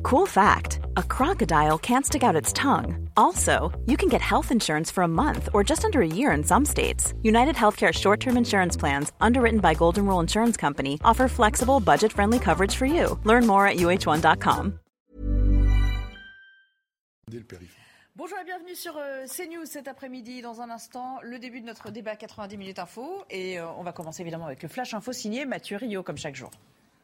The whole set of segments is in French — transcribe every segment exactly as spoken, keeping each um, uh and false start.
Cool fact, a crocodile can't stick out its tongue. Also, you can get health insurance for a month or just under a year in some states. United Healthcare short-term insurance plans, underwritten by Golden Rule Insurance Company, offer flexible, budget-friendly coverage for you. Learn more at U H one dot com. Bonjour et bienvenue sur euh, CNews cet après-midi. Dans un instant, le début de notre débat quatre-vingt-dix minutes info. Et euh, on va commencer évidemment avec le Flash Info signé Mathieu Rio, comme chaque jour.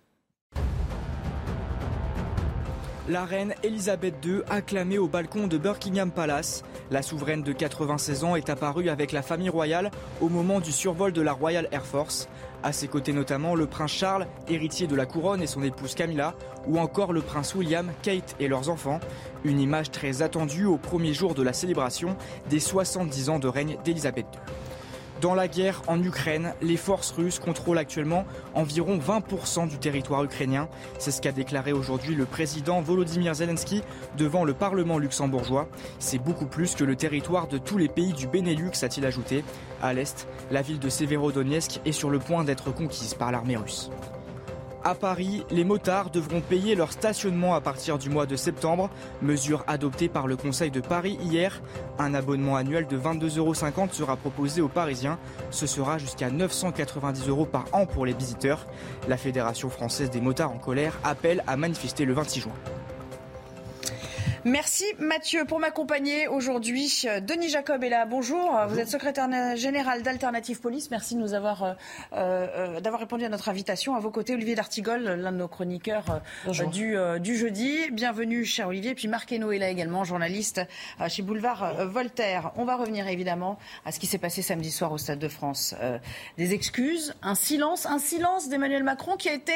La reine Elisabeth deux, acclamée au balcon de Buckingham Palace. La souveraine de quatre-vingt-seize ans est apparue avec la famille royale au moment du survol de la Royal Air Force. À ses côtés notamment le prince Charles, héritier de la couronne, et son épouse Camilla, ou encore le prince William, Kate et leurs enfants. Une image très attendue au premier jour de la célébration des soixante-dix ans de règne d'Elisabeth deux. Dans la guerre en Ukraine, les forces russes contrôlent actuellement environ vingt pour cent du territoire ukrainien. C'est ce qu'a déclaré aujourd'hui le président Volodymyr Zelensky devant le Parlement luxembourgeois. C'est beaucoup plus que le territoire de tous les pays du Benelux, a-t-il ajouté. À l'est, la ville de Severodonetsk est sur le point d'être conquise par l'armée russe. À Paris, les motards devront payer leur stationnement à partir du mois de septembre. Mesure adoptée par le Conseil de Paris hier. Un abonnement annuel de vingt-deux euros cinquante sera proposé aux Parisiens. Ce sera jusqu'à neuf cent quatre-vingt-dix euros par an pour les visiteurs. La Fédération française des motards en colère appelle à manifester le vingt-six juin. Merci Mathieu pour m'accompagner aujourd'hui. Denis Jacob est là. Bonjour. Bonjour. Vous êtes secrétaire général d'Alternative Police. Merci de nous avoir euh, euh, d'avoir répondu à notre invitation. À vos côtés, Olivier d'Artigol, l'un de nos chroniqueurs euh, du, euh, du jeudi. Bienvenue, cher Olivier. Et puis Marc Hainaut est là également, journaliste euh, chez Boulevard euh, Voltaire. On va revenir évidemment à ce qui s'est passé samedi soir au Stade de France. Euh, des excuses, un silence, un silence d'Emmanuel Macron qui a été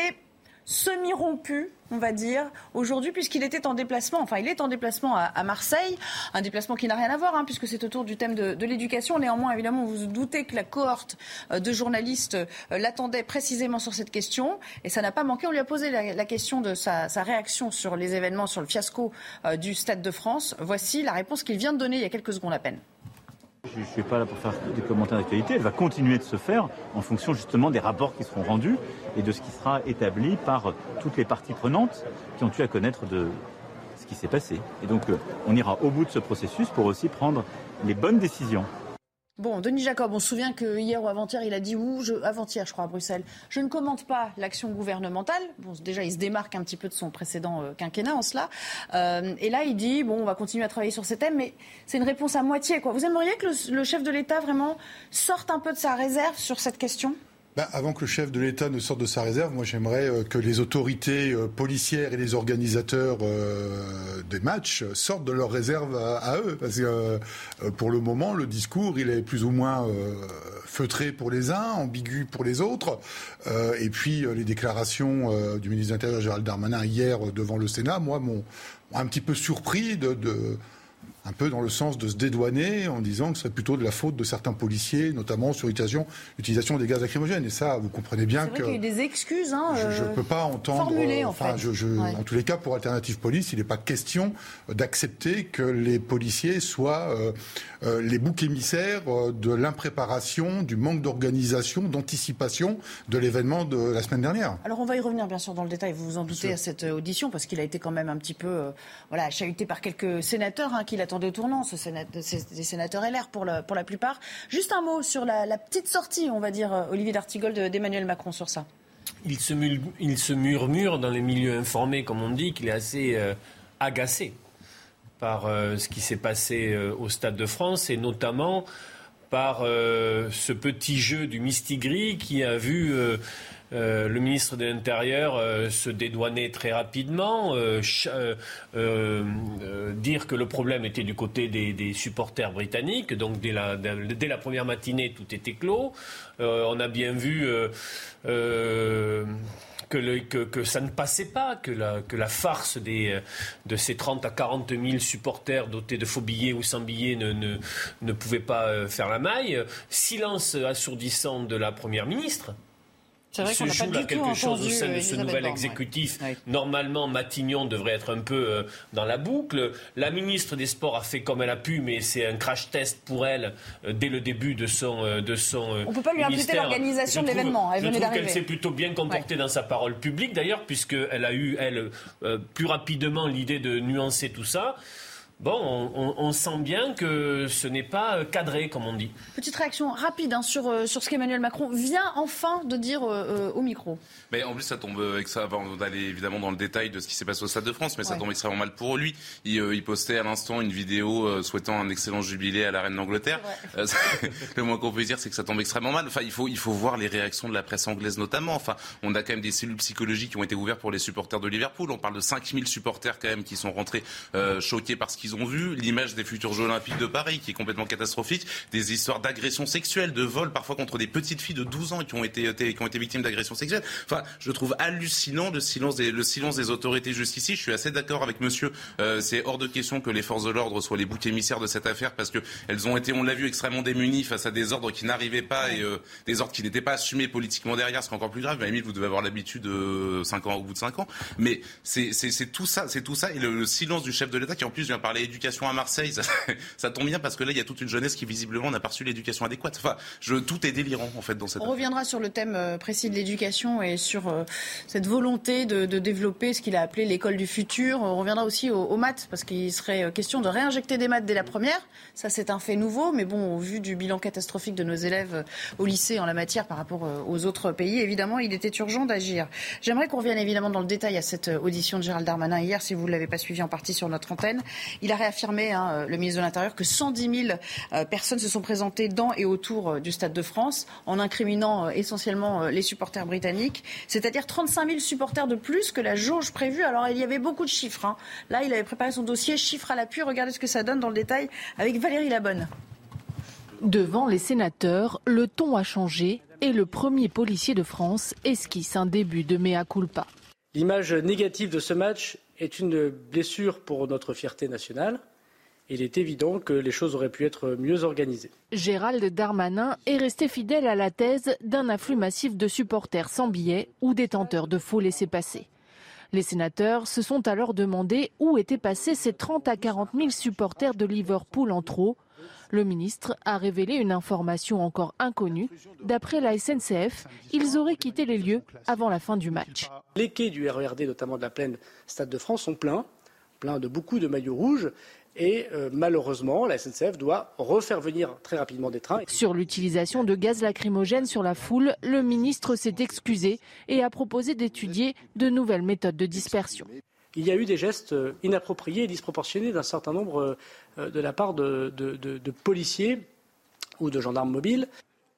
semi-rompu, on va dire, aujourd'hui, puisqu'il était en déplacement, enfin il est en déplacement à, à Marseille, un déplacement qui n'a rien à voir, hein, puisque c'est autour du thème de, de l'éducation. Néanmoins, évidemment, vous vous doutez que la cohorte euh, de journalistes euh, l'attendait précisément sur cette question, et ça n'a pas manqué. On lui a posé la, la question de sa, sa réaction sur les événements, sur le fiasco euh, du Stade de France. Voici la réponse qu'il vient de donner il y a quelques secondes à peine. Je ne suis pas là pour faire des commentaires d'actualité. Elle va continuer de se faire en fonction justement des rapports qui seront rendus et de ce qui sera établi par toutes les parties prenantes qui ont eu à connaître de ce qui s'est passé. Et donc on ira au bout de ce processus pour aussi prendre les bonnes décisions. Bon, Denis Jacob, on se souvient que hier ou avant-hier, il a dit où je, avant-hier, je crois, à Bruxelles, je ne commente pas l'action gouvernementale. Bon, déjà, il se démarque un petit peu de son précédent euh, quinquennat en cela. Euh, et là, il dit, bon, on va continuer à travailler sur ces thèmes, mais c'est une réponse à moitié, quoi. Vous aimeriez que le, le chef de l'État, vraiment, sorte un peu de sa réserve sur cette question ? Ben, avant que le chef de l'État ne sorte de sa réserve, moi j'aimerais euh, que les autorités euh, policières et les organisateurs euh, des matchs sortent de leur réserve à, à eux. Parce que euh, pour le moment, le discours, il est plus ou moins euh, feutré pour les uns, ambigu pour les autres. Euh, et puis euh, les déclarations euh, du ministre de l'Intérieur, Gérald Darmanin, hier euh, devant le Sénat, moi, m'ont un petit peu surpris de... de un peu dans le sens de se dédouaner en disant que ce serait plutôt de la faute de certains policiers, notamment sur l'utilisation, l'utilisation des gaz lacrymogènes. Et ça, vous comprenez bien c'est vrai que... qu'il y a eu des excuses, hein, je ne peux pas entendre... Formulées, en enfin, fait. Je, je, ouais. En tous les cas, pour Alternative Police, il n'est pas question d'accepter que les policiers soient euh, euh, les boucs émissaires euh, de l'impréparation, du manque d'organisation, d'anticipation de l'événement de la semaine dernière. Alors on va y revenir bien sûr dans le détail, vous vous en doutez, à cette audition, parce qu'il a été quand même un petit peu euh, voilà, chahuté par quelques sénateurs hein, qui l'attendaient au tournant, ce sénat, c'est des sénateurs L R pour la, pour la plupart. Juste un mot sur la, la petite sortie, on va dire, Olivier d'Artigol, de, d'Emmanuel Macron sur ça. Il se, mul, il se murmure dans les milieux informés, comme on dit, qu'il est assez euh, agacé par euh, ce qui s'est passé euh, au Stade de France, et notamment par euh, ce petit jeu du mistigris qui a vu... Euh, Euh, le ministre de l'Intérieur euh, se dédouaner très rapidement, euh, ch- euh, euh, euh, dire que le problème était du côté des, des supporters britanniques. Donc dès la, dès la première matinée, tout était clos. Euh, on a bien vu euh, euh, que, le, que, que ça ne passait pas, que la, que la farce des, de ces trente à quarante mille supporters dotés de faux billets ou sans billets ne, ne, ne pouvait pas faire la maille. Silence assourdissant de la Première ministre, C'est vrai il qu'on n'a se joue pas là du quelque tout chose entendu au sein de ce Elisabeth nouvel Borne, exécutif. ouais. Normalement, Matignon devrait être un peu euh, dans la boucle. La ministre des Sports a fait comme elle a pu, mais c'est un crash test pour elle euh, dès le début de son euh, de son euh, On ne peut pas lui imputer ministère. l'organisation Je de trouve- l'événement. Elle je venait trouve d'arriver. qu'elle s'est plutôt bien comportée ouais. dans sa parole publique, d'ailleurs, puisqu'elle a eu, elle, euh, plus rapidement l'idée de nuancer tout ça. Bon, on, on, on sent bien que ce n'est pas cadré, comme on dit. Petite réaction rapide hein, sur, euh, sur ce qu'Emmanuel Macron vient enfin de dire euh, au micro. Mais en plus, ça tombe, avant d'aller évidemment dans le détail de ce qui s'est passé au Stade de France, mais ça ouais. tombe extrêmement mal pour lui. Il, euh, il postait à l'instant une vidéo euh, souhaitant un excellent jubilé à la reine d'Angleterre. Euh, le moins qu'on peut dire, c'est que ça tombe extrêmement mal. Enfin, il faut, il faut voir les réactions de la presse anglaise notamment. Enfin, on a quand même des cellules psychologiques qui ont été ouvertes pour les supporters de Liverpool. On parle de cinq mille supporters quand même qui sont rentrés euh, choqués par ce qu'ils ont vu. L'image des futurs Jeux Olympiques de Paris qui est complètement catastrophique. Des histoires d'agressions sexuelles, de vols parfois contre des petites filles de douze ans qui ont été, qui ont été victimes d'agressions sexuelles. Enfin, je trouve hallucinant le silence des, le silence des autorités jusqu'ici. Je suis assez d'accord avec monsieur. Euh, c'est hors de question que les forces de l'ordre soient les boucs émissaires de cette affaire parce que elles ont été, on l'a vu, extrêmement démunies face à des ordres qui n'arrivaient pas et euh, des ordres qui n'étaient pas assumés politiquement derrière, ce qui est encore plus grave. Mais vous devez avoir l'habitude de cinq ans au bout de cinq ans. Mais c'est, c'est, c'est tout ça, c'est tout ça et le, le silence du chef de l'État qui en plus vient parler éducation à Marseille, ça, ça tombe bien parce que là il y a toute une jeunesse qui visiblement n'a pas reçu l'éducation adéquate. Enfin, je, tout est délirant en fait dans cette. On reviendra sur le thème précis de l'éducation et sur euh, cette volonté de, de développer ce qu'il a appelé l'école du futur. On reviendra aussi aux, aux maths parce qu'il serait question de réinjecter des maths dès la première. Ça c'est un fait nouveau, mais bon, au vu du bilan catastrophique de nos élèves au lycée en la matière par rapport aux autres pays, évidemment, il était urgent d'agir. J'aimerais qu'on revienne évidemment dans le détail à cette audition de Gérald Darmanin hier, si vous ne l'avez pas suivi en partie sur notre antenne. Il a réaffirmé, hein, le ministre de l'Intérieur, que cent dix mille euh, personnes se sont présentées dans et autour euh, du Stade de France en incriminant euh, essentiellement euh, les supporters britanniques, c'est-à-dire trente-cinq mille supporters de plus que la jauge prévue. Alors il y avait beaucoup de chiffres. Hein. Là, il avait préparé son dossier, chiffres à l'appui. Regardez ce que ça donne dans le détail avec Valérie Labonne. Devant les sénateurs, le ton a changé et le premier policier de France esquisse un début de mea culpa. L'image négative de ce match est une blessure pour notre fierté nationale. Il est évident que les choses auraient pu être mieux organisées. Gérald Darmanin est resté fidèle à la thèse d'un afflux massif de supporters sans billets ou détenteurs de faux laissez-passer. Les sénateurs se sont alors demandé où étaient passés ces trente à quarante mille supporters de Liverpool en trop. Le ministre a révélé une information encore inconnue. D'après la S N C F, ils auraient quitté les lieux avant la fin du match. Les quais du R E R D, notamment de la plaine Stade de France, sont pleins, pleins de beaucoup de maillots rouges. Et euh, malheureusement, la S N C F doit refaire venir très rapidement des trains. Sur l'utilisation de gaz lacrymogène sur la foule, le ministre s'est excusé et a proposé d'étudier de nouvelles méthodes de dispersion. Il y a eu des gestes inappropriés et disproportionnés d'un certain nombre euh, de la part de, de, de, de policiers ou de gendarmes mobiles.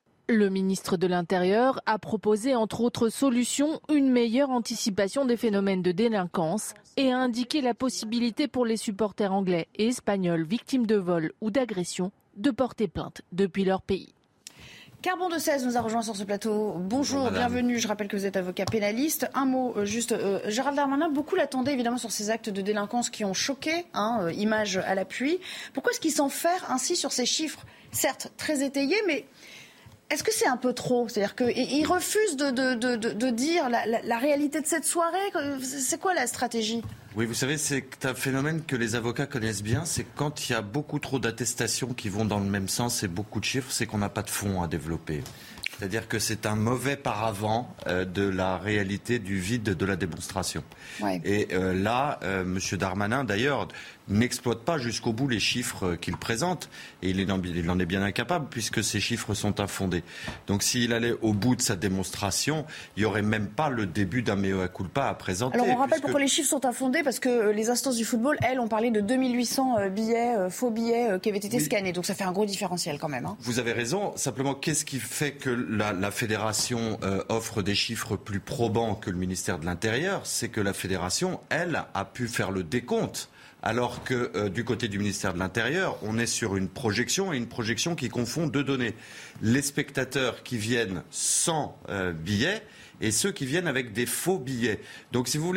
Le ministre de l'Intérieur a proposé, entre autres solutions, une meilleure anticipation des phénomènes de délinquance et a indiqué la possibilité pour les supporters anglais et espagnols victimes de vols ou d'agressions de porter plainte depuis leur pays. Carbon de seize nous a rejoint sur ce plateau. Bonjour, Bonjour bienvenue. Je rappelle que vous êtes avocat pénaliste. Un mot, euh, juste, euh, Gérald Darmanin, beaucoup l'attendaient évidemment sur ces actes de délinquance qui ont choqué, hein, euh, image à l'appui. Pourquoi est-ce qu'il s'enferme ainsi sur ces chiffres, certes très étayés, mais est-ce que c'est un peu trop ? C'est-à-dire qu'il refuse de, de, de, de, de dire la, la, la réalité de cette soirée. C'est quoi la stratégie ? Oui, vous savez, c'est un phénomène que les avocats connaissent bien. C'est quand il y a beaucoup trop d'attestations qui vont dans le même sens et beaucoup de chiffres, c'est qu'on n'a pas de fond à développer. C'est-à-dire que c'est un mauvais paravent euh, de la réalité du vide de la démonstration. Ouais. Et euh, là, euh, M. Darmanin, d'ailleurs, n'exploite pas jusqu'au bout les chiffres qu'il présente. Et il, est, il en est bien incapable, puisque ces chiffres sont infondés. Donc s'il allait au bout de sa démonstration, il n'y aurait même pas le début d'un mea culpa à présenter. Alors on rappelle puisque... pourquoi les chiffres sont infondés, parce que les instances du football, elles, ont parlé de deux mille huit cents billets, faux billets qui avaient été oui. scannés. Donc ça fait un gros différentiel quand même. Hein. Vous avez raison. Simplement, qu'est-ce qui fait que la, la fédération euh, offre des chiffres plus probants que le ministère de l'Intérieur ? C'est que la fédération, elle, a pu faire le décompte. Alors que euh, du côté du ministère de l'Intérieur, on est sur une projection et une projection qui confond deux données. Les spectateurs qui viennent sans euh, billets et ceux qui viennent avec des faux billets. Donc si vous voulez,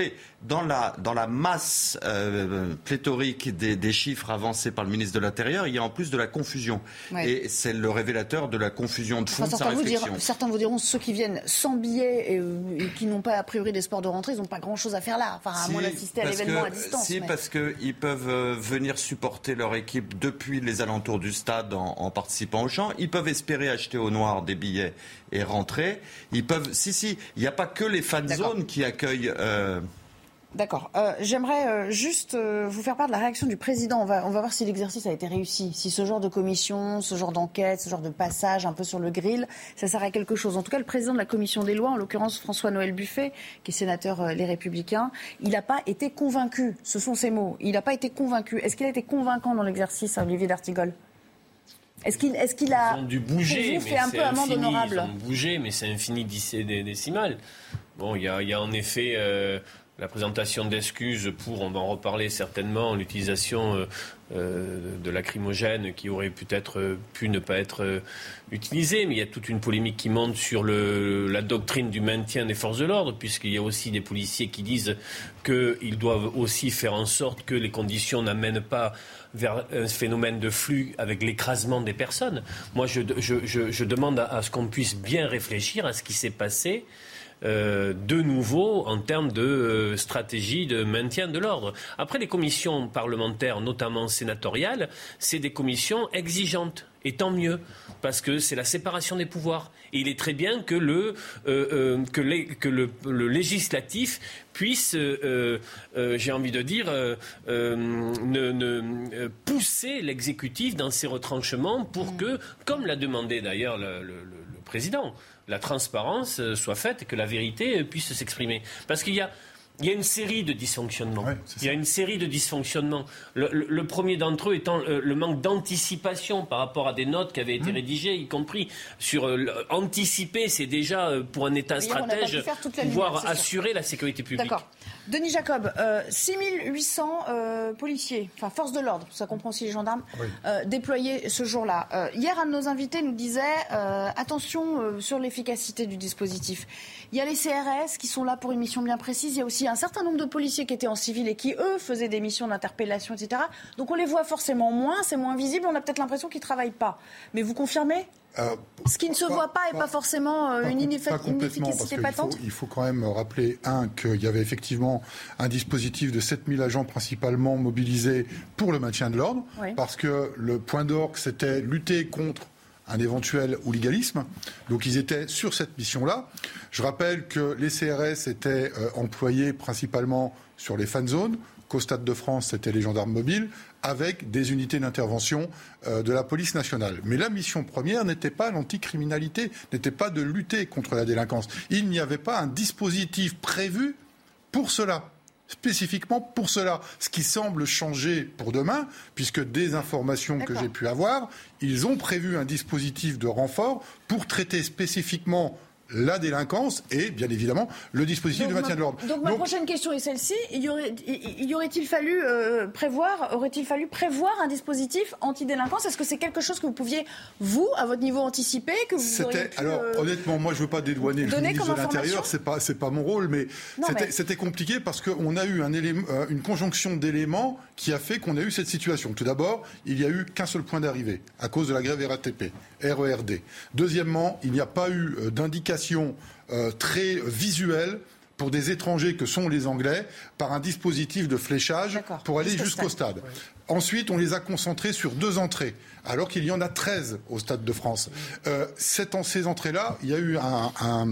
dans la, dans la masse euh, pléthorique des, des chiffres avancés par le ministre de l'Intérieur, il y a en plus de la confusion. Ouais. Et c'est le révélateur de la confusion de fond enfin, de sa réflexion. Vous dire, certains vous diront, ceux qui viennent sans billet et, et qui n'ont pas a priori des sports de rentrée, ils n'ont pas grand-chose à faire là, enfin, à si, moins d'assister à l'événement que, à distance. Si, mais... parce qu'ils peuvent euh, venir supporter leur équipe depuis les alentours du stade en, en participant au chant. Ils peuvent espérer acheter au noir des billets et rentrer. Ils peuvent... Si, si, il n'y a pas que les fan zones qui accueillent... Euh, D'accord. Euh, j'aimerais euh, juste euh, vous faire part de la réaction du président. On va, on va voir si l'exercice a été réussi, si ce genre de commission, ce genre d'enquête, ce genre de passage un peu sur le grill, ça sert à quelque chose. En tout cas, le président de la commission des lois, en l'occurrence François-Noël Buffet, qui est sénateur euh, Les Républicains, il n'a pas été convaincu. Ce sont ses mots. Il n'a pas été convaincu. Est-ce qu'il a été convaincant dans l'exercice, Olivier d'Artigol ? Est-ce qu'il, est-ce qu'il a ils ont dû bouger, fait un peu amende honorable ? Ils ont bougé, mais c'est infini décimal. Bon, il y a, y a en effet... Euh, la présentation d'excuses pour, on va en reparler certainement, l'utilisation euh, euh, de lacrymogènes qui aurait peut-être euh, pu ne pas être euh, utilisée. Mais il y a toute une polémique qui monte sur le, la doctrine du maintien des forces de l'ordre, puisqu'il y a aussi des policiers qui disent qu'ils doivent aussi faire en sorte que les conditions n'amènent pas vers un phénomène de flux avec l'écrasement des personnes. Moi, je, je, je, je demande à, à ce qu'on puisse bien réfléchir à ce qui s'est passé Euh, de nouveau en termes de euh, stratégie de maintien de l'ordre. Après, les commissions parlementaires, notamment sénatoriales, c'est des commissions exigeantes. Et tant mieux, parce que c'est la séparation des pouvoirs. Et il est très bien que le, euh, euh, que les, que le, le législatif puisse, euh, euh, j'ai envie de dire, euh, euh, ne, ne, pousser l'exécutif dans ses retranchements pour que, comme l'a demandé d'ailleurs le, le, le président, la transparence soit faite et que la vérité puisse s'exprimer. Parce qu'il y a... Il y a une série de dysfonctionnements. Ouais, Il y a une série de dysfonctionnements. Le, le, le premier d'entre eux étant le, le manque d'anticipation par rapport à des notes qui avaient été mmh. rédigées, y compris sur euh, anticiper, c'est déjà euh, pour un État stratège pouvoir lumière, assurer sûr. La sécurité publique. D'accord. Denis Jacob, euh, six mille huit cents euh, policiers, enfin forces de l'ordre, ça comprend aussi les gendarmes, oui. euh, déployés ce jour-là. Euh, hier, un de nos invités nous disait euh, attention euh, sur l'efficacité du dispositif. Il y a les C R S qui sont là pour une mission bien précise. Il y a aussi un certain nombre de policiers qui étaient en civil et qui, eux, faisaient des missions d'interpellation, et cetera. Donc on les voit forcément moins, c'est moins visible, on a peut-être l'impression qu'ils ne travaillent pas. Mais vous confirmez ? Euh, Ce qui ne se pas, voit pas n'est pas, pas forcément euh, une, ineffa- pas une efficacité patente. Il faut, il faut quand même rappeler, un, qu'il y avait effectivement un dispositif de sept mille agents principalement mobilisés pour le maintien de l'ordre, oui. parce que le point d'orgue, c'était lutter contre un éventuel hooliganisme. Donc ils étaient sur cette mission-là. Je rappelle que les C R S étaient euh, employés principalement sur les fan zones, qu'au Stade de France, c'était les gendarmes mobiles, avec des unités d'intervention euh, de la police nationale. Mais la mission première n'était pas l'anticriminalité, n'était pas de lutter contre la délinquance. Il n'y avait pas un dispositif prévu pour cela. Spécifiquement pour cela. Ce qui semble changer pour demain, puisque des informations D'accord. que j'ai pu avoir, ils ont prévu un dispositif de renfort pour traiter spécifiquement la délinquance et, bien évidemment, le dispositif donc de maintien ma, de l'ordre. Donc, ma donc, prochaine question est celle-ci. Y, aurait, y, y aurait-il fallu euh, prévoir, aurait-il fallu prévoir un dispositif anti-délinquance ? Est-ce que c'est quelque chose que vous pouviez, vous, à votre niveau, anticiper que vous c'était, pu, alors, euh, honnêtement, moi, je ne veux pas dédouaner le ministre de l'Intérieur. C'est pas, c'est pas mon rôle, mais non, c'était, mais c'était compliqué parce qu'on a eu un élément, euh, une conjonction d'éléments qui a fait qu'on a eu cette situation. Tout d'abord, il n'y a eu qu'un seul point d'arrivée à cause de la grève R A T P, R E R D. Deuxièmement, il n'y a pas eu euh, d'indication Euh, très visuel pour des étrangers que sont les Anglais par un dispositif de fléchage D'accord. pour aller Jusqu'au jusqu'au stade. stade. Oui. Ensuite, on les a concentrés sur deux entrées, alors qu'il y en a treize au Stade de France. Euh, cette, ces entrées-là, il y a eu un, un,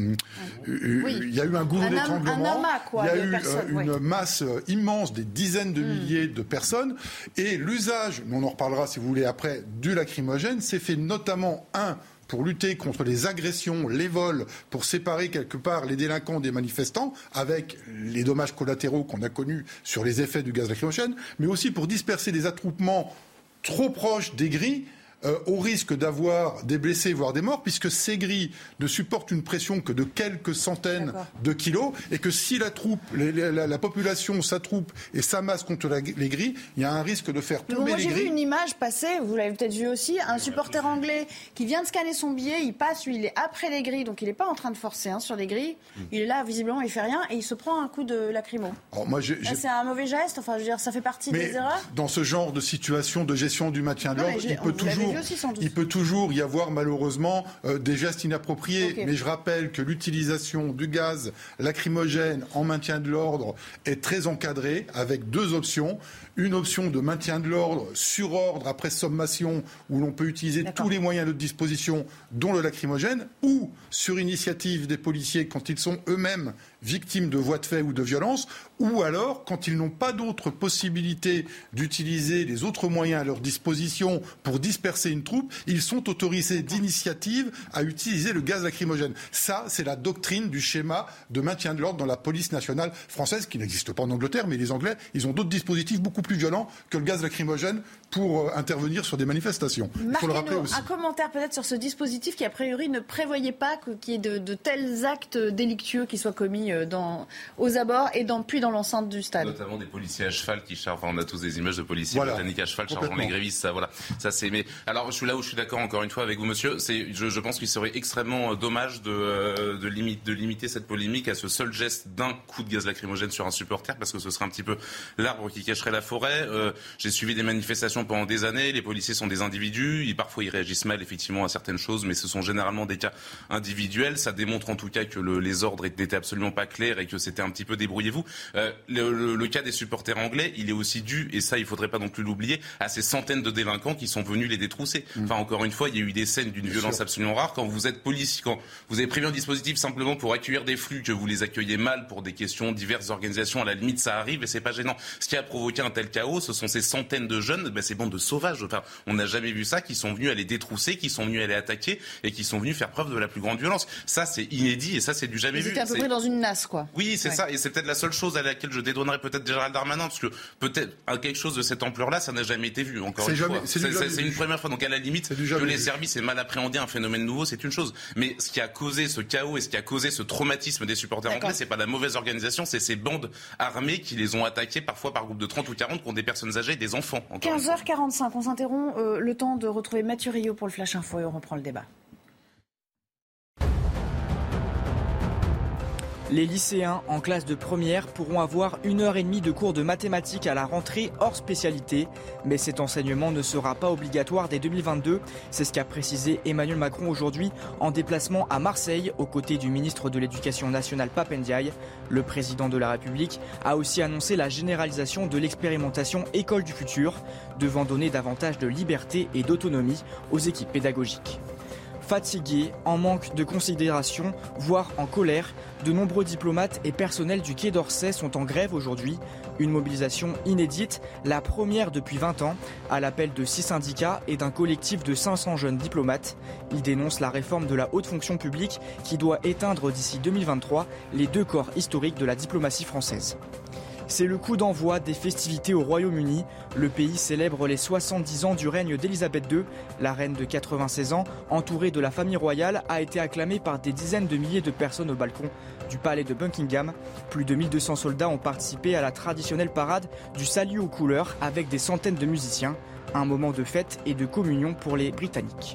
oui. il y a eu un goulot un d'étranglement, am, un amas, quoi, il y a eu personnes, euh, une oui. masse euh, immense, des dizaines de milliers mmh. de personnes, et l'usage, on en reparlera si vous voulez après, du lacrymogène, s'est fait notamment, un, pour lutter contre les agressions, les vols, pour séparer quelque part les délinquants des manifestants, avec les dommages collatéraux qu'on a connus sur les effets du gaz lacrymogène, mais aussi pour disperser des attroupements trop proches des grilles, euh, au risque d'avoir des blessés, voire des morts, puisque ces grilles ne supportent une pression que de quelques centaines D'accord. de kilos, et que si la troupe, les, la, la population s'attroupe et s'amasse contre la, les grilles, il y a un risque de faire tomber bon, moi, les grilles. J'ai vu une image passer, vous l'avez peut-être vu aussi, un supporter anglais qui vient de scanner son billet, il passe, lui, il est après les grilles, donc il n'est pas en train de forcer hein, sur les grilles, mmh. il est là, visiblement, il fait rien, et il se prend un coup de lacrymo. Alors, moi, j'ai, j'ai... C'est un mauvais geste, enfin, je veux dire, ça fait partie Mais des erreurs. Dans ce genre de situation de gestion du maintien de l'ordre, il peut toujours, aussi, il peut toujours y avoir malheureusement euh, des gestes inappropriés. Okay. Mais je rappelle que l'utilisation du gaz lacrymogène en maintien de l'ordre est très encadrée avec deux options. Une option de maintien de l'ordre sur ordre après sommation où l'on peut utiliser D'accord. tous les moyens de disposition, dont le lacrymogène, ou sur initiative des policiers quand ils sont eux-mêmes victimes de voies de fait ou de violences, ou alors quand ils n'ont pas d'autre possibilité d'utiliser les autres moyens à leur disposition pour disperser une troupe, ils sont autorisés d'initiative à utiliser le gaz lacrymogène. Ça, c'est la doctrine du schéma de maintien de l'ordre dans la police nationale française, qui n'existe pas en Angleterre, mais les Anglais, ils ont d'autres dispositifs beaucoup plus violents que le gaz lacrymogène pour euh, intervenir sur des manifestations. Il faut le rappeler aussi. Un commentaire peut-être sur ce dispositif qui, a priori, ne prévoyait pas qu'il y ait de, de tels actes délictueux qui soient commis dans, aux abords et dans, puis dans l'enceinte du stade. Notamment des policiers à cheval qui chargent, enfin, on a tous des images de policiers voilà. britanniques à cheval chargeant les grévistes, ça, voilà. Ça, c'est, mais, alors, je suis là où je suis d'accord encore une fois avec vous, monsieur, c'est, je, je pense qu'il serait extrêmement dommage de, euh, de, limite, de limiter cette polémique à ce seul geste d'un coup de gaz lacrymogène sur un supporter, parce que ce serait un petit peu l'arbre qui cacherait la forêt. Euh, j'ai suivi des manifestations pendant des années, les policiers sont des individus, ils, parfois ils réagissent mal effectivement à certaines choses, mais ce sont généralement des cas individuels. Ça démontre en tout cas que le, les ordres n'étaient absolument pas clairs et que c'était un petit peu débrouillez-vous. Euh, le, le, le cas des supporters anglais, il est aussi dû, et ça il faudrait pas non plus l'oublier, à ces centaines de délinquants qui sont venus les détrousser. Mmh. Enfin encore une fois, il y a eu des scènes d'une Bien violence sûr. absolument rare. Quand vous êtes policier, quand vous avez prévu un dispositif simplement pour accueillir des flux, que vous les accueillez mal pour des questions diverses organisations, à la limite ça arrive et c'est pas gênant. Ce qui a provoqué un tel chaos, ce sont ces centaines de jeunes, ben, ces bandes de sauvages, enfin, on n'a jamais vu ça, qui sont venus aller détrousser, qui sont venus aller attaquer et qui sont venus faire preuve de la plus grande violence. Ça, c'est inédit et ça, c'est du jamais Ils vu. C'était à peu près dans une nasse, quoi. Oui, c'est ouais. ça. Et c'est peut-être la seule chose à laquelle je dédouanerais peut-être Gérald Darmanin, parce que peut-être quelque chose de cette ampleur-là, ça n'a jamais été vu. Encore c'est une jamais, fois, c'est, c'est, c'est, c'est une première fois. Donc à la limite, que les services aient mal appréhendé un phénomène nouveau, c'est une chose. Mais ce qui a causé ce chaos et ce qui a causé ce traumatisme des supporters D'accord. anglais, c'est pas la mauvaise organisation, c'est ces bandes armées qui les ont attaqués parfois par groupe de trente ou quarante, qui ont des personnes âgées et des enfants. quinze heures quarante-cinq, on s'interrompt. Euh, le temps de retrouver Mathieu Rio pour le Flash Info et on reprend le débat. Les lycéens en classe de première pourront avoir une heure et demie de cours de mathématiques à la rentrée hors spécialité. Mais cet enseignement ne sera pas obligatoire dès deux mille vingt-deux. C'est ce qu'a précisé Emmanuel Macron aujourd'hui en déplacement à Marseille aux côtés du ministre de l'Éducation nationale Pape Ndiaye. Le président de la République a aussi annoncé la généralisation de l'expérimentation École du futur, devant donner davantage de liberté et d'autonomie aux équipes pédagogiques. Fatigués, en manque de considération, voire en colère, de nombreux diplomates et personnels du Quai d'Orsay sont en grève aujourd'hui. Une mobilisation inédite, la première depuis vingt ans, à l'appel de six syndicats et d'un collectif de cinq cents jeunes diplomates. Ils dénoncent la réforme de la haute fonction publique qui doit éteindre d'ici deux mille vingt-trois les deux corps historiques de la diplomatie française. C'est le coup d'envoi des festivités au Royaume-Uni. Le pays célèbre les soixante-dix ans du règne d'Élisabeth deux. La reine de quatre-vingt-seize ans, entourée de la famille royale, a été acclamée par des dizaines de milliers de personnes au balcon du palais de Buckingham. Plus de mille deux cents soldats ont participé à la traditionnelle parade du salut aux couleurs avec des centaines de musiciens. Un moment de fête et de communion pour les Britanniques.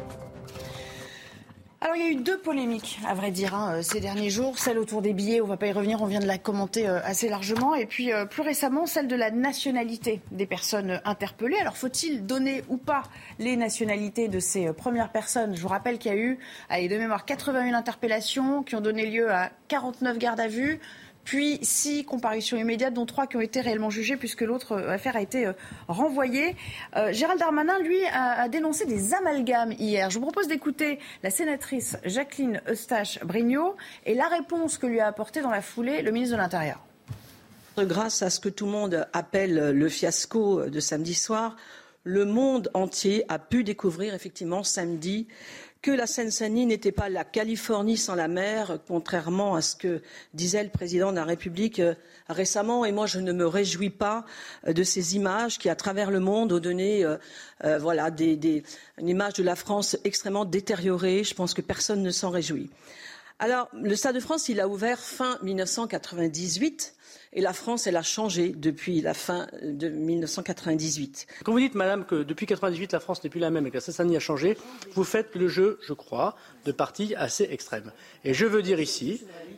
Alors il y a eu deux polémiques, à vrai dire, hein, ces derniers jours. Celle autour des billets, on ne va pas y revenir, on vient de la commenter euh, assez largement. Et puis euh, plus récemment, celle de la nationalité des personnes interpellées. Alors faut-il donner ou pas les nationalités de ces euh, premières personnes ? Je vous rappelle qu'il y a eu, allez, de mémoire, quatre-vingt-un interpellations qui ont donné lieu à quarante-neuf gardes à vue. Puis six comparutions immédiates, dont trois qui ont été réellement jugées, puisque l'autre affaire a été renvoyée. Euh, Gérald Darmanin, lui, a, a dénoncé des amalgames hier. Je vous propose d'écouter la sénatrice Jacqueline Eustache-Brinio et la réponse que lui a apportée dans la foulée le ministre de l'Intérieur. Grâce à ce que tout le monde appelle le fiasco de samedi soir, le monde entier a pu découvrir effectivement samedi que la Seine-Saint-Denis n'était pas la Californie sans la mer, contrairement à ce que disait le président de la République euh, récemment. Et moi, je ne me réjouis pas euh, de ces images qui, à travers le monde, ont donné euh, euh, voilà, des, des, une image de la France extrêmement détériorée. Je pense que personne ne s'en réjouit. Alors, le Stade de France, il a ouvert fin mille neuf cent quatre-vingt-dix-huit. Et la France, elle a changé depuis la fin de mille neuf cent quatre-vingt-dix-huit. Quand vous dites, madame, que depuis mille neuf cent quatre-vingt-dix-huit, la France n'est plus la même et que la Seine-Saint-Denis a changé, vous faites le jeu, je crois, de partis assez extrêmes. Et je veux dire ici,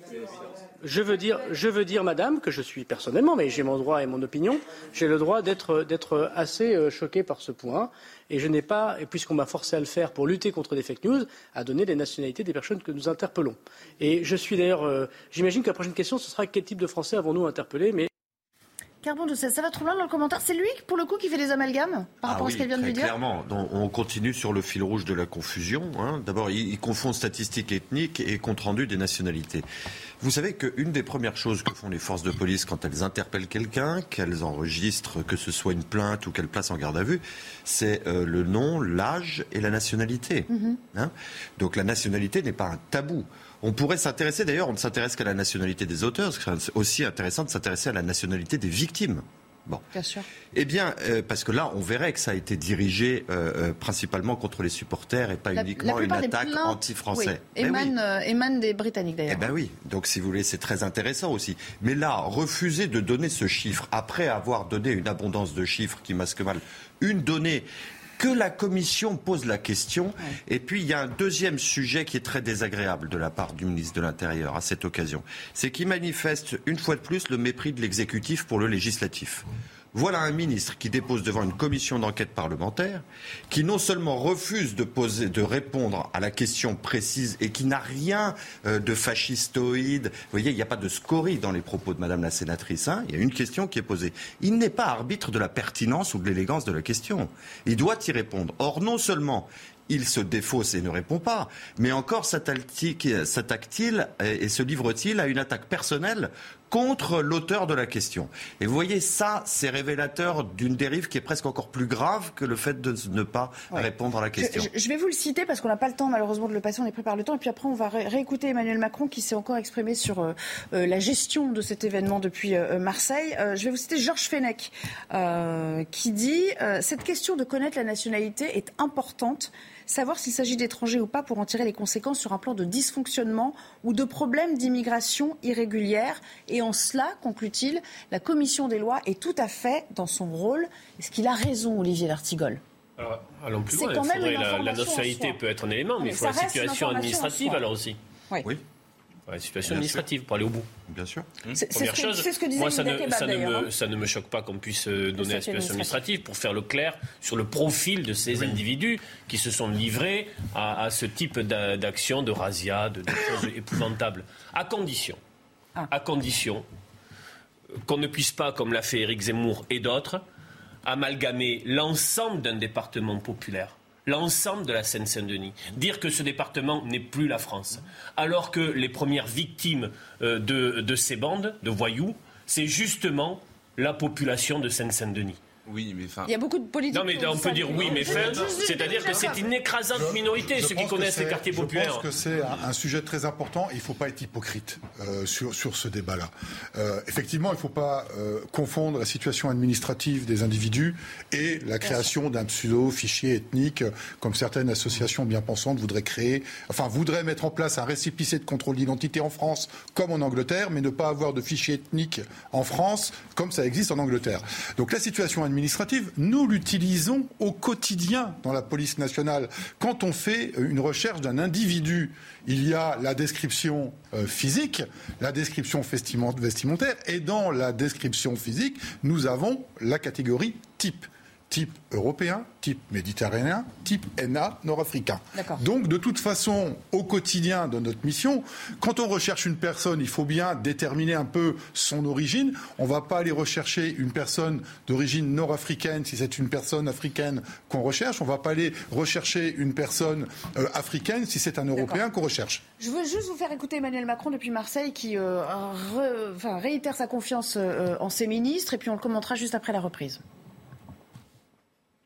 je veux dire, je veux dire, madame, que je suis personnellement, mais j'ai mon droit et mon opinion, j'ai le droit d'être, d'être assez choqué par ce point. Et je n'ai pas, et puisqu'on m'a forcé à le faire pour lutter contre des fake news, à donner les nationalités des personnes que nous interpellons. Et je suis d'ailleurs, euh, j'imagine que la prochaine question, ce sera quel type de Français avons-nous interpellé, mais... Carbon de ça, ça va trop loin dans le commentaire. C'est lui, pour le coup, qui fait des amalgames par rapport ah oui, à ce qu'elle vient de lui dire. Clairement, donc, on continue sur le fil rouge de la confusion. Hein. D'abord, il, il confond statistiques ethniques et compte rendu des nationalités. Vous savez qu'une des premières choses que font les forces de police quand elles interpellent quelqu'un, qu'elles enregistrent, que ce soit une plainte ou qu'elles placent en garde à vue, c'est euh, le nom, l'âge et la nationalité. Mm-hmm. Hein. Donc la nationalité n'est pas un tabou. On pourrait s'intéresser, d'ailleurs, on ne s'intéresse qu'à la nationalité des auteurs, c'est aussi intéressant de s'intéresser à la nationalité des victimes. Bon. Bien sûr. Eh bien, euh, parce que là, on verrait que ça a été dirigé euh, euh, principalement contre les supporters et pas la, uniquement la une attaque anti-français. Oui. Émane, oui. euh, émane des Britanniques, d'ailleurs. Eh bien oui, donc si vous voulez, c'est très intéressant aussi. Mais là, refuser de donner ce chiffre, après avoir donné une abondance de chiffres qui masquent mal, une donnée... que la Commission pose la question. Ouais. Et puis, il y a un deuxième sujet qui est très désagréable de la part du ministre de l'Intérieur à cette occasion. C'est qu'il manifeste, une fois de plus, le mépris de l'exécutif pour le législatif. Voilà un ministre qui dépose devant une commission d'enquête parlementaire, qui non seulement refuse de, poser, de répondre à la question précise et qui n'a rien euh, de fascistoïde. Vous voyez, il n'y a pas de scorie dans les propos de Madame la sénatrice. Hein. Il y a une question qui est posée. Il n'est pas arbitre de la pertinence ou de l'élégance de la question. Il doit y répondre. Or, non seulement il se défausse et ne répond pas, mais encore s'attaque-t-il et se livre-t-il à une attaque personnelle contre l'auteur de la question. Et vous voyez, ça, c'est révélateur d'une dérive qui est presque encore plus grave que le fait de ne pas ouais. répondre à la question. Je, je vais vous le citer parce qu'on n'a pas le temps malheureusement de le passer, on est pris par le temps. Et puis après, on va ré- réécouter Emmanuel Macron qui s'est encore exprimé sur euh, euh, la gestion de cet événement depuis euh, Marseille. Euh, je vais vous citer Georges Fenech euh, qui dit euh, « Cette question de connaître la nationalité est importante. Savoir s'il s'agit d'étrangers ou pas pour en tirer les conséquences sur un plan de dysfonctionnement ou de problèmes d'immigration irrégulière. Et en cela, conclut-il, la commission des lois est tout à fait dans son rôle. Est-ce qu'il a raison, Olivier d'Artigol ? Alors, allons plus loin. Il faudrait la, la nationalité peut être un élément, mais, mais il faut la situation administrative alors aussi. Oui. oui. La situation Bien administrative sûr. Pour aller au bout. Bien sûr. C'est, Première c'est chose, c'est ce que disait moi ça ne, Kebab, ça, ne me, hein. ça ne me choque pas qu'on puisse donner la situation administrative pour faire le clair sur le profil de ces oui. individus qui se sont livrés à, à ce type d'action, de razzia, de, de choses épouvantables. À condition, ah. à condition qu'on ne puisse pas, comme l'a fait Éric Zemmour et d'autres, amalgamer l'ensemble d'un département populaire. L'ensemble de la Seine-Saint-Denis. Dire que ce département n'est plus la France. Alors que les premières victimes euh, de, de ces bandes, de voyous, c'est justement la population de Seine-Saint-Denis. Oui, mais enfin... Il y a beaucoup de politiques... Non, mais on peut dire oui, mais fin, c'est-à-dire que c'est une écrasante minorité, je ceux qui connaissent les quartiers populaires. Je pense que c'est un, un sujet très important et il ne faut pas être hypocrite euh, sur, sur ce débat-là. Euh, effectivement, il ne faut pas euh, confondre la situation administrative des individus et la création d'un pseudo-fichier ethnique, comme certaines associations bien pensantes voudraient créer, enfin, voudraient mettre en place un récépissé de contrôle d'identité en France, comme en Angleterre, mais ne pas avoir de fichier ethnique en France, comme ça existe en Angleterre. Donc la situation administrative administrative, nous l'utilisons au quotidien dans la police nationale. Quand on fait une recherche d'un individu, il y a la description euh, physique, la description vestimentaire, et dans la description physique, nous avons la catégorie type. Type européen, type méditerranéen, type N A nord-africain. D'accord. Donc, de toute façon, au quotidien de notre mission, quand on recherche une personne, il faut bien déterminer un peu son origine. On ne va pas aller rechercher une personne d'origine nord-africaine si c'est une personne africaine qu'on recherche. On ne va pas aller rechercher une personne euh, africaine si c'est un Européen D'accord. qu'on recherche. Je veux juste vous faire écouter Emmanuel Macron depuis Marseille qui euh, re, enfin, réitère sa confiance euh, en ses ministres et puis on le commentera juste après la reprise.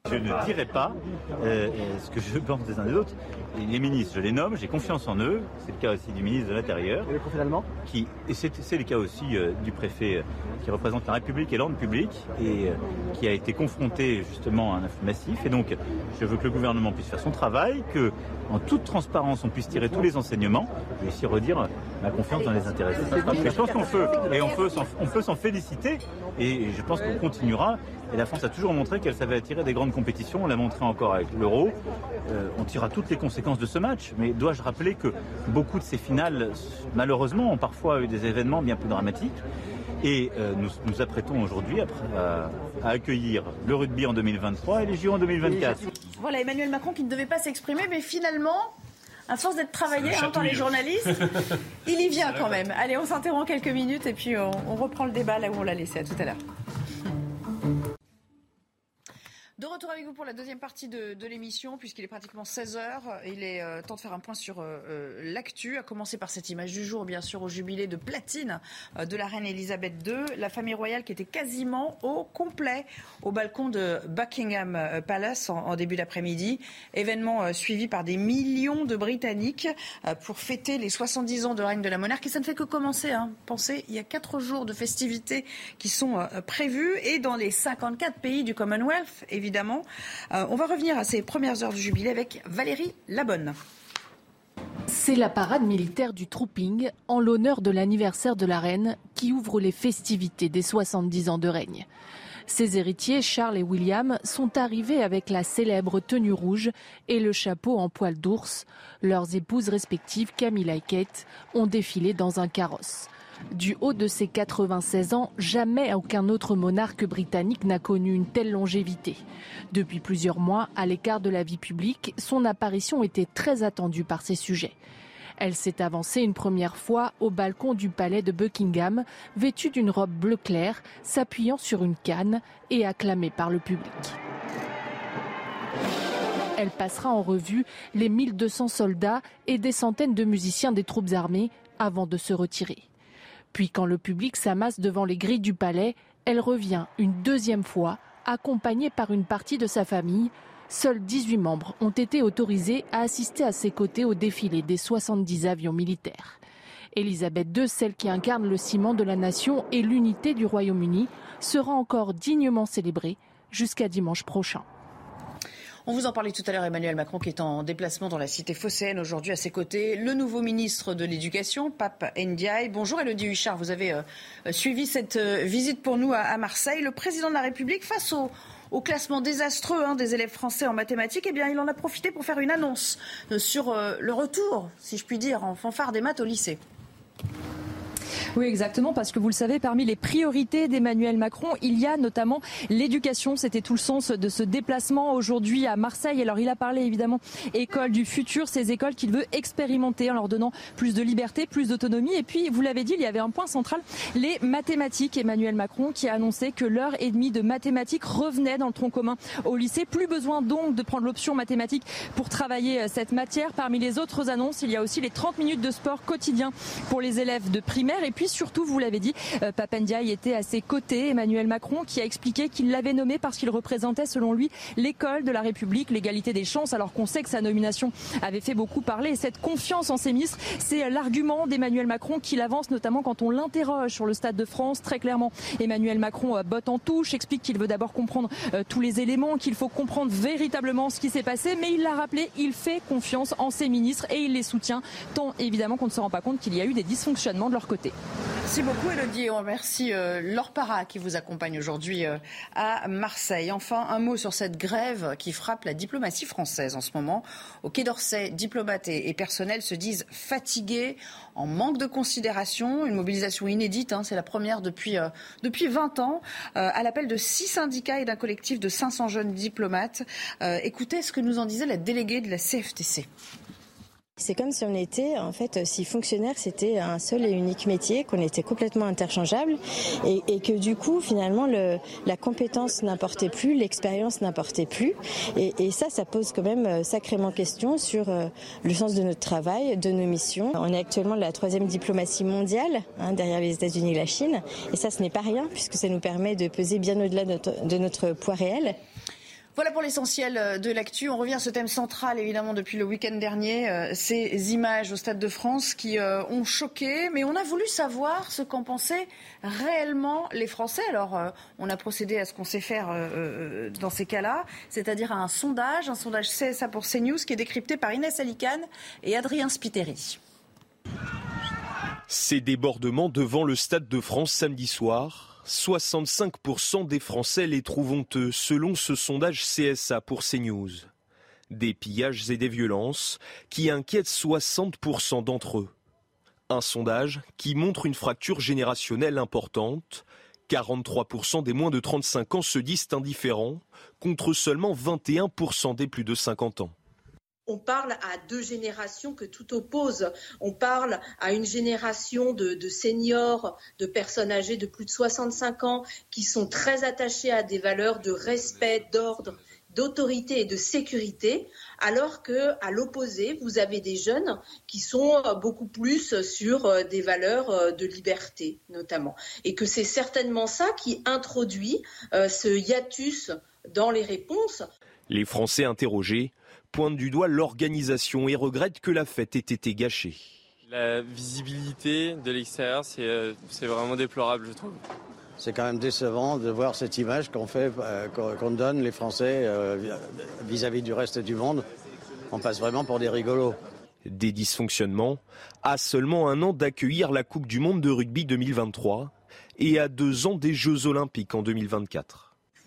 je ne dirai pas euh, ce que je pense des uns des autres. Les ministres, je les nomme, j'ai confiance en eux. C'est le cas aussi du ministre de l'Intérieur. Et le préfet allemand qui, et c'est, c'est le cas aussi euh, du préfet euh, qui représente la République et l'ordre public et euh, qui a été confronté justement à un afflux massif. Et donc, je veux que le gouvernement puisse faire son travail, que en toute transparence, on puisse tirer tous les enseignements. Je vais ici redire ma confiance dans les intéressés. Mais je pense qu'on peut, et on peut s'en, on peut s'en féliciter. Et je pense qu'on continuera. Et la France a toujours montré qu'elle savait attirer des grandes compétitions. On l'a montré encore avec l'Euro. Euh, on tirera toutes les conséquences de ce match. Mais dois-je rappeler que beaucoup de ces finales, malheureusement, ont parfois eu des événements bien plus dramatiques. Et euh, nous nous apprêtons aujourd'hui à, à, à accueillir le rugby en deux mille vingt-trois et les J O en deux mille vingt-quatre. Voilà, Emmanuel Macron qui ne devait pas s'exprimer, mais finalement, à force d'être travaillé hein, par les journalistes, il y vient quand même. Allez, on s'interrompt quelques minutes et puis on, on reprend le débat là où on l'a laissé. À tout à l'heure. De retour avec vous pour la deuxième partie de, de l'émission, puisqu'il est pratiquement seize heures. Il est euh, temps de faire un point sur euh, l'actu, à commencer par cette image du jour, bien sûr, au jubilé de platine euh, de la reine Elisabeth deux. La famille royale qui était quasiment au complet au balcon de Buckingham Palace en, en début d'après-midi. Événement euh, suivi par des millions de Britanniques euh, pour fêter les soixante-dix ans de règne de la monarque. Et ça ne fait que commencer. Hein. Pensez, il y a quatre jours de festivités qui sont euh, prévus et dans les cinquante-quatre pays du Commonwealth, évidemment. Évidemment. Euh, on va revenir à ces premières heures du jubilé avec Valérie Labonne. C'est la parade militaire du Trooping en l'honneur de l'anniversaire de la reine qui ouvre les festivités des soixante-dix ans de règne. Ses héritiers, Charles et William, sont arrivés avec la célèbre tenue rouge et le chapeau en poil d'ours. Leurs épouses respectives, Camilla et Kate, ont défilé dans un carrosse. Du haut de ses quatre-vingt-seize ans, jamais aucun autre monarque britannique n'a connu une telle longévité. Depuis plusieurs mois, à l'écart de la vie publique, son apparition était très attendue par ses sujets. Elle s'est avancée une première fois au balcon du palais de Buckingham, vêtue d'une robe bleu clair, s'appuyant sur une canne et acclamée par le public. Elle passera en revue les mille deux cents soldats et des centaines de musiciens des troupes armées avant de se retirer. Puis quand le public s'amasse devant les grilles du palais, elle revient une deuxième fois, accompagnée par une partie de sa famille. Seuls dix-huit membres ont été autorisés à assister à ses côtés au défilé des soixante-dix avions militaires. Elisabeth deux, celle qui incarne le ciment de la nation et l'unité du Royaume-Uni, sera encore dignement célébrée jusqu'à dimanche prochain. On vous en parlait tout à l'heure, Emmanuel Macron qui est en déplacement dans la cité phocéenne aujourd'hui à ses côtés. Le nouveau ministre de l'Éducation, Pap Ndiaye. Bonjour Élodie Huchard, vous avez euh, suivi cette euh, visite pour nous à, à Marseille. Le président de la République, face au, au classement désastreux hein, des élèves français en mathématiques, eh bien, il en a profité pour faire une annonce euh, sur euh, le retour, si je puis dire, en fanfare des maths au lycée. Oui, exactement, parce que vous le savez, parmi les priorités d'Emmanuel Macron, il y a notamment l'éducation. C'était tout le sens de ce déplacement aujourd'hui à Marseille. Alors il a parlé évidemment école du futur, ces écoles qu'il veut expérimenter en leur donnant plus de liberté, plus d'autonomie. Et puis, vous l'avez dit, il y avait un point central, les mathématiques. Emmanuel Macron qui a annoncé que l'heure et demie de mathématiques revenait dans le tronc commun au lycée. Plus besoin donc de prendre l'option mathématiques pour travailler cette matière. Parmi les autres annonces, il y a aussi les trente minutes de sport quotidien pour les élèves de primaire. Et puis surtout, vous l'avez dit, euh, Pap Ndiaye était à ses côtés. Emmanuel Macron qui a expliqué qu'il l'avait nommé parce qu'il représentait selon lui l'école de la République, l'égalité des chances, alors qu'on sait que sa nomination avait fait beaucoup parler. Et cette confiance en ses ministres, c'est l'argument d'Emmanuel Macron qu'il avance notamment quand on l'interroge sur le Stade de France. Très clairement, Emmanuel Macron euh, botte en touche, explique qu'il veut d'abord comprendre euh, tous les éléments, qu'il faut comprendre véritablement ce qui s'est passé. Mais il l'a rappelé, il fait confiance en ses ministres et il les soutient, tant évidemment qu'on ne se rend pas compte qu'il y a eu des dysfonctionnements de leur côté. Merci beaucoup Élodie et on remercie euh, Laure Parra qui vous accompagne aujourd'hui euh, à Marseille. Enfin, un mot sur cette grève qui frappe la diplomatie française en ce moment. Au Quai d'Orsay, diplomates et, et personnels se disent fatigués, en manque de considération. Une mobilisation inédite, hein, c'est la première depuis, euh, depuis vingt ans, euh, à l'appel de six syndicats et d'un collectif de cinq cents jeunes diplomates. Euh, écoutez ce que nous en disait la déléguée de la C F T C. C'est comme si on était, en fait, si fonctionnaire, c'était un seul et unique métier, qu'on était complètement interchangeables et, et que du coup, finalement, le, la compétence n'importait plus, l'expérience n'importait plus. Et, et ça, ça pose quand même sacrément question sur euh, le sens de notre travail, de nos missions. On est actuellement la troisième diplomatie mondiale, hein, derrière les États-Unis et la Chine. Et ça, ce n'est pas rien, puisque ça nous permet de peser bien au-delà de notre, de notre poids réel. Voilà pour l'essentiel de l'actu. On revient à ce thème central, évidemment, depuis le week-end dernier. Euh, ces images au Stade de France qui euh, ont choqué. Mais on a voulu savoir ce qu'en pensaient réellement les Français. Alors, euh, on a procédé à ce qu'on sait faire euh, dans ces cas-là, c'est-à-dire à un sondage, un sondage C S A pour CNews qui est décrypté par Inès Alicane et Adrien Spiteri. Ces débordements devant le Stade de France samedi soir. soixante-cinq pour cent des Français les trouvent honteux, selon ce sondage C S A pour CNews. Des pillages et des violences qui inquiètent soixante pour cent d'entre eux. Un sondage qui montre une fracture générationnelle importante. quarante-trois pour cent des moins de trente-cinq ans se disent indifférents, contre seulement vingt et un pour cent des plus de cinquante ans. On parle à deux générations que tout oppose. On parle à une génération de, de seniors, de personnes âgées de plus de soixante-cinq ans qui sont très attachées à des valeurs de respect, d'ordre, d'autorité et de sécurité, alors qu'à l'opposé, vous avez des jeunes qui sont beaucoup plus sur des valeurs de liberté, notamment. Et que c'est certainement ça qui introduit euh, ce hiatus dans les réponses. Les Français interrogés pointe du doigt l'organisation et regrette que la fête ait été gâchée. La visibilité de l'extérieur, c'est, euh, c'est vraiment déplorable, je trouve. C'est quand même décevant de voir cette image qu'on fait, euh, qu'on donne les Français euh, vis-à-vis du reste du monde. On passe vraiment pour des rigolos. Des dysfonctionnements à seulement un an d'accueillir la Coupe du Monde de rugby deux mille vingt-trois et à deux ans des Jeux Olympiques en deux mille vingt-quatre.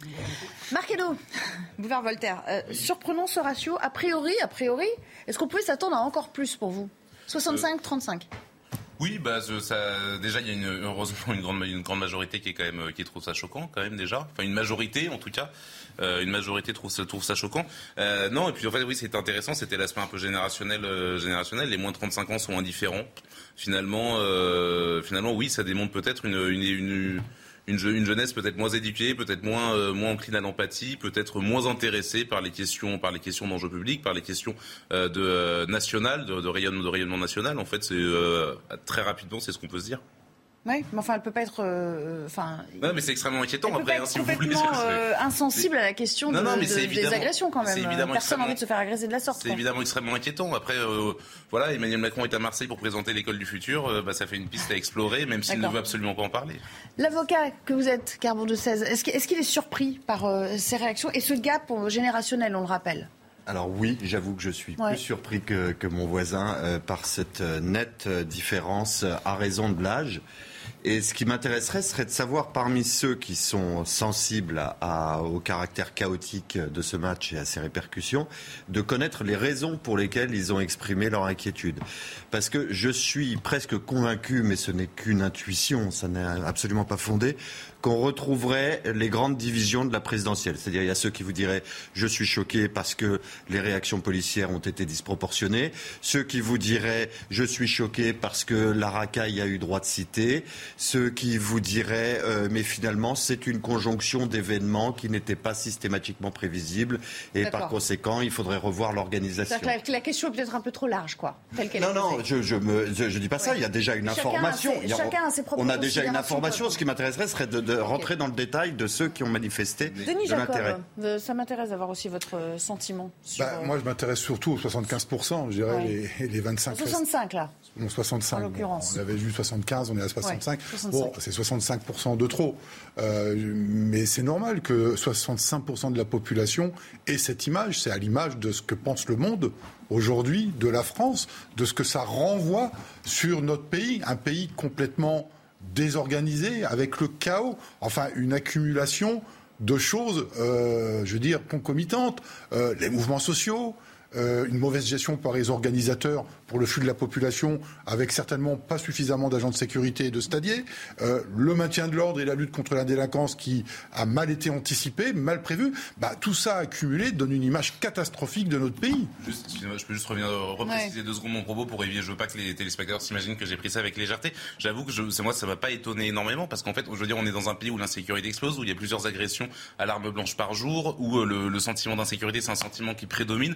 Marc Hainaut, Boulevard Voltaire, euh, surprenant ce ratio, a priori, a priori, est-ce qu'on pouvait s'attendre à encore plus pour vous ? soixante-cinq trente-cinq Oui, bah, ça, déjà, il y a une, heureusement une grande, une grande majorité qui, est quand même, qui trouve ça choquant, quand même, déjà. Enfin, une majorité, en tout cas. Euh, une majorité trouve, trouve ça choquant. Euh, non, et puis, en fait, oui, c'était intéressant. C'était l'aspect un peu générationnel. Euh, générationnel. Les moins de trente-cinq ans sont indifférents. Finalement, euh, finalement, oui, ça démontre peut-être une, une, une Une, une jeunesse peut-être moins éduquée, peut-être moins, euh, moins encline à l'empathie, peut-être moins intéressée par les questions, par les questions d'enjeux publics, par les questions euh, de euh, nationales, de, de, rayonnement, de rayonnement national. En fait, c'est euh, très rapidement, c'est ce qu'on peut se dire. Oui, mais enfin, elle peut pas être. Euh, enfin. Non, mais c'est extrêmement inquiétant. Elle peut après, pas être hein, si vous voulez. complètement euh, insensible mais... à la question non, de, non, mais de, des agressions quand même. Personne n'a envie de se faire agresser de la sorte. C'est quoi. évidemment extrêmement inquiétant. Après, euh, voilà, Emmanuel Macron est à Marseille pour présenter l'école du futur. Euh, bah, ça fait une piste à explorer, même s'il D'accord. ne veut absolument pas en parler. L'avocat que vous êtes, Carbon de seize, est-ce qu'il est, qu'il est surpris par euh, ces réactions et ce gap générationnel, on le rappelle? Alors oui, j'avoue que je suis ouais. plus surpris que, que mon voisin euh, par cette euh, nette euh, différence euh, à raison de l'âge. Et ce qui m'intéresserait serait de savoir parmi ceux qui sont sensibles à, à, au caractère chaotique de ce match et à ses répercussions, de connaître les raisons pour lesquelles ils ont exprimé leur inquiétude. Parce que je suis presque convaincu, mais ce n'est qu'une intuition, ça n'est absolument pas fondé, qu'on retrouverait les grandes divisions de la présidentielle. C'est-à-dire, il y a ceux qui vous diraient « je suis choqué parce que les réactions policières ont été disproportionnées », ceux qui vous diraient « je suis choqué parce que la racaille a eu droit de cité », ceux qui vous diraient euh, « mais finalement, c'est une conjonction d'événements qui n'étaient pas systématiquement prévisibles et D'accord. par conséquent, il faudrait revoir l'organisation ». C'est-à-dire que la, la question est peut-être un peu trop large, quoi, telle qu'elle Non, est non, je, je me, je, je dis pas ça, ouais. il y a déjà une chacun information. A ses, il y a, chacun a ses propres on a déjà une information, ce qui m'intéresserait serait de, de rentrer okay. dans le détail de ceux qui ont manifesté Denis de Jacob, l'intérêt. De, ça m'intéresse d'avoir aussi votre sentiment. Sur, bah, moi, je m'intéresse surtout aux soixante-quinze pour cent, je dirais, ouais. les, les vingt-cinq. soixante-cinq, là. Non, soixante-cinq. En l'occurrence. Bon, on avait vu soixante-quinze, on est à soixante-cinq. Ouais, soixante-cinq. Bon, c'est soixante-cinq pour cent de trop. Euh, mais c'est normal que soixante-cinq pour cent de la population ait cette image. C'est à l'image de ce que pense le monde aujourd'hui, de la France, de ce que ça renvoie sur notre pays. Un pays complètement désorganisé, avec le chaos, enfin une accumulation de choses, euh, je veux dire, concomitantes, euh, les mouvements sociaux, euh, une mauvaise gestion par les organisateurs pour le flux de la population, avec certainement pas suffisamment d'agents de sécurité et de stadiers, euh, le maintien de l'ordre et la lutte contre la délinquance qui a mal été anticipée, mal prévue, bah, tout ça accumulé donne une image catastrophique de notre pays. Juste, excusez-moi, je peux juste revenir, repréciser ouais. deux secondes mon propos pour éviter, je veux pas que les téléspectateurs s'imaginent que j'ai pris ça avec légèreté. J'avoue que je, c'est moi, ça m'a pas étonné énormément parce qu'en fait, je veux dire, on est dans un pays où l'insécurité explose, où il y a plusieurs agressions à l'arme blanche par jour, où le, le sentiment d'insécurité, c'est un sentiment qui prédomine. Alors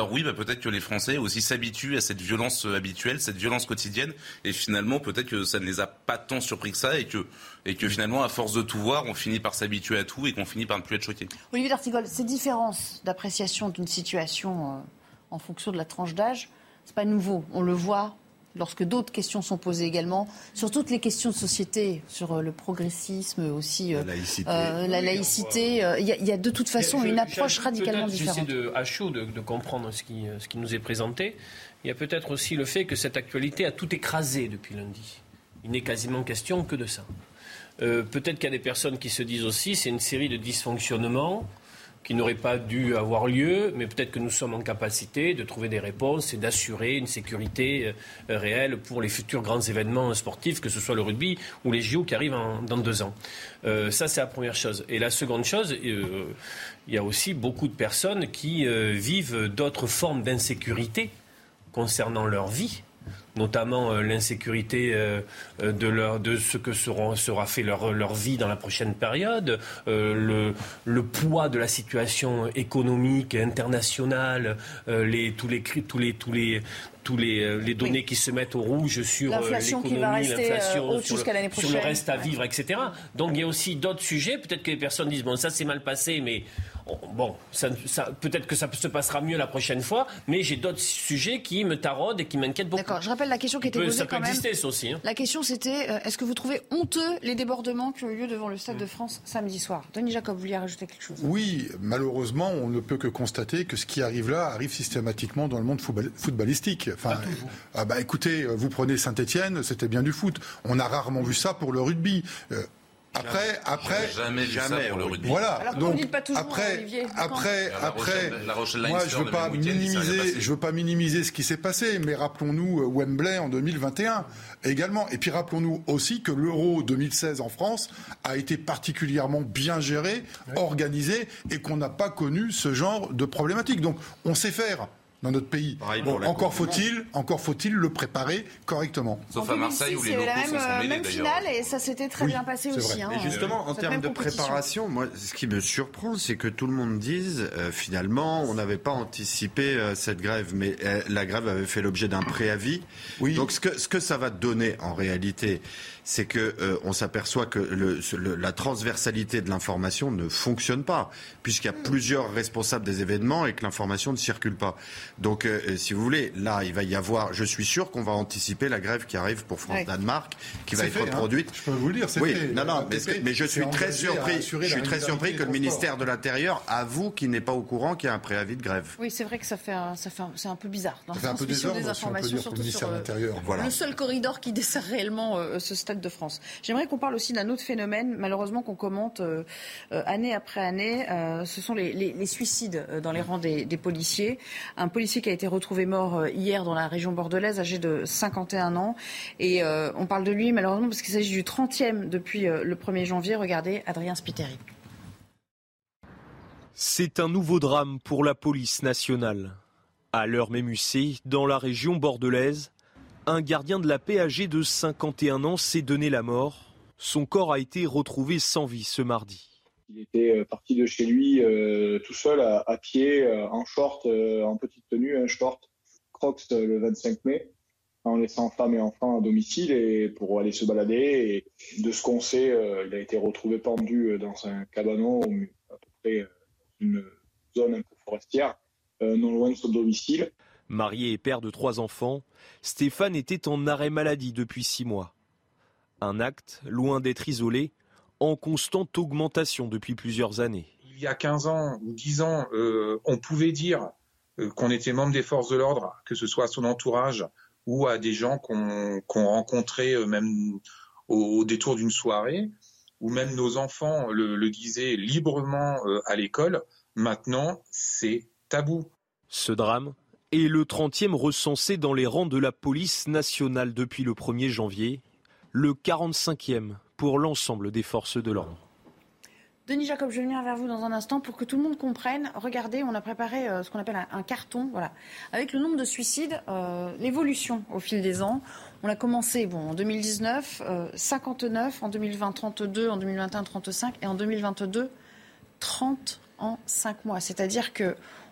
alors oui, bah, peut-être que les Français aussi s'habituent à cette violence habituelle, cette violence quotidienne, et finalement peut-être que ça ne les a pas tant surpris que ça, et que, et que finalement à force de tout voir, on finit par s'habituer à tout et qu'on finit par ne plus être choqué. Olivier d'Artigol, ces différences d'appréciation d'une situation euh, en fonction de la tranche d'âge, c'est pas nouveau, on le voit lorsque d'autres questions sont posées également, sur toutes les questions de société, sur le progressisme aussi, euh, la laïcité. Euh, la laïcité. Il euh, y, y a de toute façon je, une approche radicalement différente. J'essaie de, à chaud de, de comprendre ce qui, ce qui nous est présenté. Il y a peut-être aussi le fait que cette actualité a tout écrasé depuis lundi. Il n'est quasiment question que de ça. Euh, peut-être qu'il y a des personnes qui se disent aussi c'est une série de dysfonctionnements qui n'aurait pas dû avoir lieu, mais peut-être que nous sommes en capacité de trouver des réponses et d'assurer une sécurité euh, réelle pour les futurs grands événements sportifs, que ce soit le rugby ou les J O qui arrivent en, dans deux ans. Euh, ça, c'est la première chose. Et la seconde chose, euh, il y a aussi beaucoup de personnes qui euh, vivent d'autres formes d'insécurité concernant leur vie, notamment euh, l'insécurité euh, de, leur, de ce que seront, sera fait leur, leur vie dans la prochaine période, euh, le, le poids de la situation économique internationale, euh, les, tous les tous les tous les tous les, les données oui. qui se mettent au rouge sur l'inflation l'économie, qui va rester l'inflation, euh, sur, le, sur le reste à vivre, et cetera. Donc il y a aussi d'autres sujets. Peut-être que les personnes disent bon, ça c'est mal passé, mais bon, ça, ça, peut-être que ça se passera mieux la prochaine fois. Mais j'ai d'autres sujets qui me taraudent et qui m'inquiètent beaucoup. D'accord. Je rappelle la question qui était peut, posée ça peut quand exister, même. Ça aussi, hein. La question c'était euh, est-ce que vous trouvez honteux les débordements qui ont eu lieu devant le Stade mmh. de France samedi soir? Denis Jacob, vous vouliez rajouter quelque chose? Oui, malheureusement, on ne peut que constater que ce qui arrive là arrive systématiquement dans le monde footballistique. Enfin, ah bah écoutez, vous prenez Saint-Etienne, c'était bien du foot. On a rarement vu ça pour le rugby. Euh, Après, jamais, après, jamais, jamais ça pour le rugby. Voilà. Alors donc vous dites pas toujours, après, Olivier, après, la après, Rochelle, la Rochelle moi je veux pas minimiser, je veux pas minimiser ce qui s'est passé, mais rappelons-nous Wembley en deux mille vingt et un également. Et puis rappelons-nous aussi que l'Euro deux mille seize en France a été particulièrement bien géré, ouais. organisé, et qu'on n'a pas connu ce genre de problématique. Donc on sait faire. Dans notre pays. Bon, encore faut-il, encore faut-il le préparer correctement. Sauf à Marseille où les locaux même, sont mêlés même d'ailleurs. finale et ça s'était très oui, bien passé aussi. Hein, et justement, en termes de préparation, moi, ce qui me surprend, c'est que tout le monde dise euh, finalement, on n'avait pas anticipé euh, cette grève, mais euh, la grève avait fait l'objet d'un préavis. Oui. Donc, ce que ce que ça va donner en réalité, c'est que euh, on s'aperçoit que le, le, la transversalité de l'information ne fonctionne pas, puisqu'il y a plusieurs responsables des événements et que l'information ne circule pas. Donc, euh, si vous voulez, là, il va y avoir. Je suis sûr qu'on va anticiper la grève qui arrive pour France-Danemark, qui va être fait, reproduite. Hein. Je peux vous le dire, c'est oui, fait. non, non, mais, mais je suis très surpris. Je suis très surpris que le ministère de l'Intérieur avoue qu'il n'est pas au courant qu'il y a un préavis de grève. Oui, c'est vrai que ça fait, un, ça fait, un, c'est un peu bizarre. Ça fait un peu désordre, des informations, si on peut dire, sur le ministère de l'Intérieur. Euh, voilà. Le seul corridor qui dessert réellement euh, ce Stade de France. J'aimerais qu'on parle aussi d'un autre phénomène, malheureusement qu'on commente euh, euh, année après année. Euh, ce sont les, les, les suicides dans les rangs des, des policiers. Un policier qui a été retrouvé mort hier dans la région bordelaise, âgé de cinquante et un ans. Et euh, on parle de lui malheureusement parce qu'il s'agit du trentième depuis euh, le premier janvier. Regardez Adrien Spiteri. C'est un nouveau drame pour la police nationale. À l'Heure-Mémussé, dans la région bordelaise, un gardien de la paix âgé de cinquante et un ans s'est donné la mort. Son corps a été retrouvé sans vie ce mardi. Il était parti de chez lui euh, tout seul, à, à pied, euh, en short, euh, en petite tenue, un short, Crocs euh, le vingt-cinq mai, en laissant femme et enfants à domicile et pour aller se balader. Et de ce qu'on sait, euh, il a été retrouvé pendu dans un cabanon, à peu près dans une zone un peu forestière, euh, non loin de son domicile. Marié et père de trois enfants, Stéphane était en arrêt maladie depuis six mois. Un acte loin d'être isolé, en constante augmentation depuis plusieurs années. Il y a quinze ans ou dix ans, euh, on pouvait dire euh, qu'on était membre des forces de l'ordre, que ce soit à son entourage ou à des gens qu'on, qu'on rencontrait euh, même au, au détour d'une soirée, ou même nos enfants le, le disaient librement euh, à l'école. Maintenant, c'est tabou. Ce drame est le trentième recensé dans les rangs de la police nationale depuis le premier janvier, le quarante-cinquième pour l'ensemble des forces de l'ordre. Denis Jacob, je vais venir vers vous dans un instant pour que tout le monde comprenne. Regardez, on a préparé euh, ce qu'on appelle un, un carton, voilà, avec le nombre de suicides, euh, l'évolution au fil des ans. On a commencé bon, en deux mille dix-neuf, euh, cinquante-neuf, en deux mille vingt, trente-deux, en deux mille vingt et un, trente-cinq, et en deux mille vingt-deux, trente en cinq mois. C'est-à-dire que